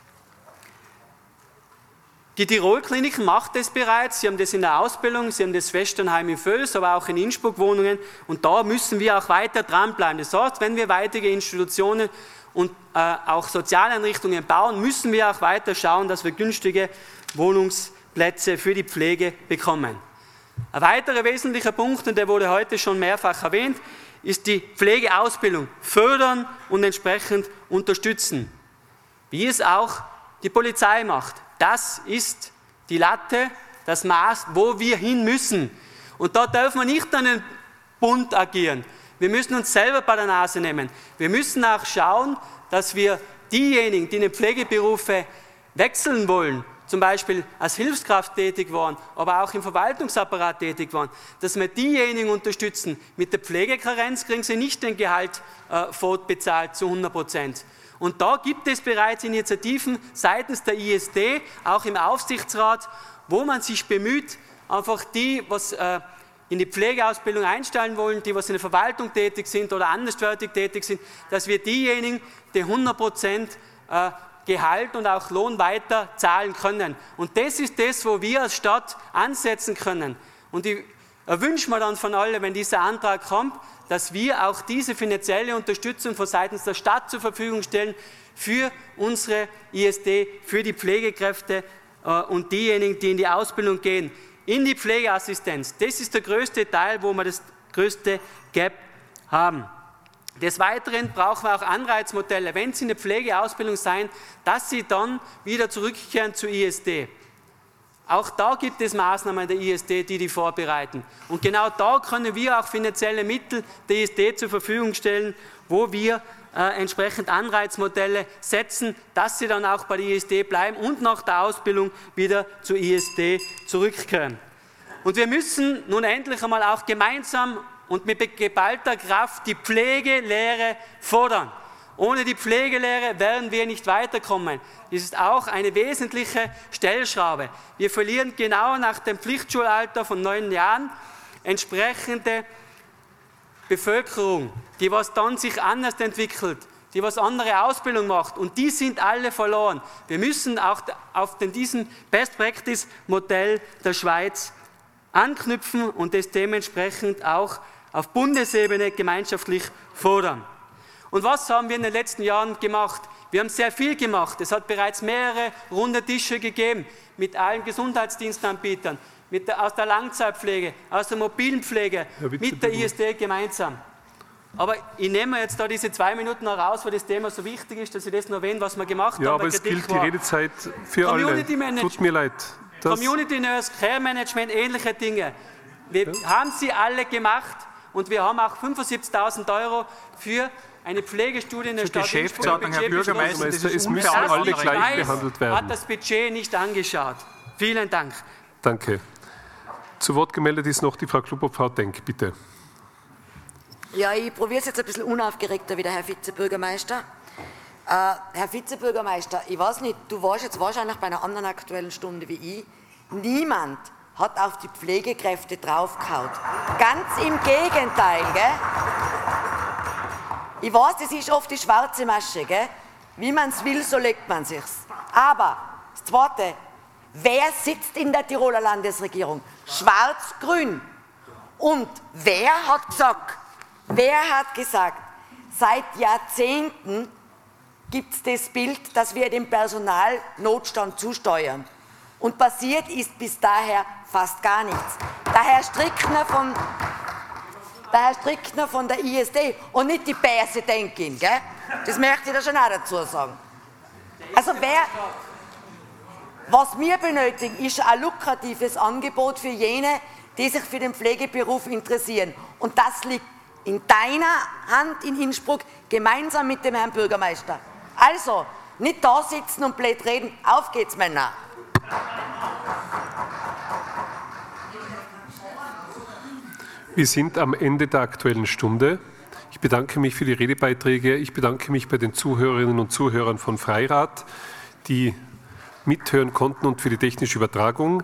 Die Tirol-Kliniken macht das bereits, sie haben das in der Ausbildung, sie haben das Schwesternheim in Völs, aber auch in Innsbruck Wohnungen, und da müssen wir auch weiter dranbleiben. Das heißt, wenn wir weitere Institutionen und auch Sozialeinrichtungen bauen, müssen wir auch weiter schauen, dass wir günstige Wohnungsplätze für die Pflege bekommen. Ein weiterer wesentlicher Punkt, und der wurde heute schon mehrfach erwähnt, ist die Pflegeausbildung fördern und entsprechend unterstützen, wie es auch die Polizei macht. Das ist die Latte, das Maß, wo wir hin müssen. Und da dürfen wir nicht an den Bund agieren. Wir müssen uns selber bei der Nase nehmen. Wir müssen auch schauen, dass wir diejenigen, die in den Pflegeberufe wechseln wollen, zum Beispiel als Hilfskraft tätig waren, aber auch im Verwaltungsapparat tätig waren, dass wir diejenigen unterstützen. Mit der Pflegekarenz kriegen sie nicht den Gehalt fortbezahlt zu 100%. Und da gibt es bereits Initiativen seitens der ISD, auch im Aufsichtsrat, wo man sich bemüht, einfach die, was in die Pflegeausbildung einstellen wollen, die, was in der Verwaltung tätig sind oder andersweitig tätig sind, dass wir diejenigen, die 100% Gehalt und auch Lohn weiter zahlen können. Und das ist das, wo wir als Stadt ansetzen können. Und ich wünsche mir dann von allen, wenn dieser Antrag kommt, dass wir auch diese finanzielle Unterstützung von seitens der Stadt zur Verfügung stellen für unsere ISD, für die Pflegekräfte und diejenigen, die in die Ausbildung gehen, in die Pflegeassistenz. Das ist der größte Teil, wo wir das größte Gap haben. Des Weiteren brauchen wir auch Anreizmodelle, wenn sie in der Pflegeausbildung sein, dass sie dann wieder zurückkehren zur ISD. Auch da gibt es Maßnahmen der ISD, die vorbereiten. Und genau da können wir auch finanzielle Mittel der ISD zur Verfügung stellen, wo wir entsprechend Anreizmodelle setzen, dass sie dann auch bei der ISD bleiben und nach der Ausbildung wieder zur ISD zurückkehren. Und wir müssen nun endlich einmal auch gemeinsam und mit geballter Kraft die Pflegelehre fordern. Ohne die Pflegelehre werden wir nicht weiterkommen. Das ist auch eine wesentliche Stellschraube. Wir verlieren genau nach dem Pflichtschulalter von 9 Jahren entsprechende Bevölkerung, die was dann sich anders entwickelt, die was andere Ausbildung macht. Und die sind alle verloren. Wir müssen auch auf diesem Best-Practice-Modell der Schweiz anknüpfen und das dementsprechend auch auf Bundesebene gemeinschaftlich fordern. Und was haben wir in den letzten Jahren gemacht? Wir haben sehr viel gemacht. Es hat bereits mehrere runde Tische gegeben mit allen Gesundheitsdienstanbietern, aus der Langzeitpflege, aus der mobilen Pflege, mit der ISD gemeinsam. Aber ich nehme jetzt da diese 2 Minuten heraus, weil das Thema so wichtig ist, dass ich das noch erwähne, was wir gemacht haben. Ja, aber es gilt die Redezeit für alle. Tut mir leid. Community Nurse, Care Management, ähnliche Dinge. Wir haben sie alle gemacht und wir haben auch 75.000 € für eine Pflegestudie in der Stadt Geschäftsordnung, Herr Bürgermeister, es müssen alle gleich behandelt werden. Hat das Budget nicht angeschaut. Vielen Dank. Danke. Zu Wort gemeldet ist noch die Frau Klubobfrau Denk, bitte. Ja, ich probiere es jetzt ein bisschen unaufgeregter wie der Herr Vizebürgermeister. Herr Vizebürgermeister, ich weiß nicht, du warst jetzt wahrscheinlich bei einer anderen Aktuellen Stunde wie ich. Niemand hat auf die Pflegekräfte draufgehauen. Ganz im Gegenteil, gell? Ich weiß, das ist oft die schwarze Masche, gell? Wie man es will, so legt man sich's. Aber, das Zweite, wer sitzt in der Tiroler Landesregierung? Schwarz-Grün. Und wer hat gesagt, seit Jahrzehnten gibt es das Bild, dass wir dem Personalnotstand zusteuern. Und passiert ist bis daher fast gar nichts. Der Herr Strickner von der ISD und nicht die Bärse Denkin, gell? Das möchte ich da schon auch dazu sagen. Also was wir benötigen, ist ein lukratives Angebot für jene, die sich für den Pflegeberuf interessieren. Und das liegt in deiner Hand in Innsbruck, gemeinsam mit dem Herrn Bürgermeister. Also, nicht da sitzen und blöd reden, auf geht's, Männer. Wir sind am Ende der Aktuellen Stunde. Ich bedanke mich für die Redebeiträge. Ich bedanke mich bei den Zuhörerinnen und Zuhörern von Freirad, die mithören konnten und für die technische Übertragung.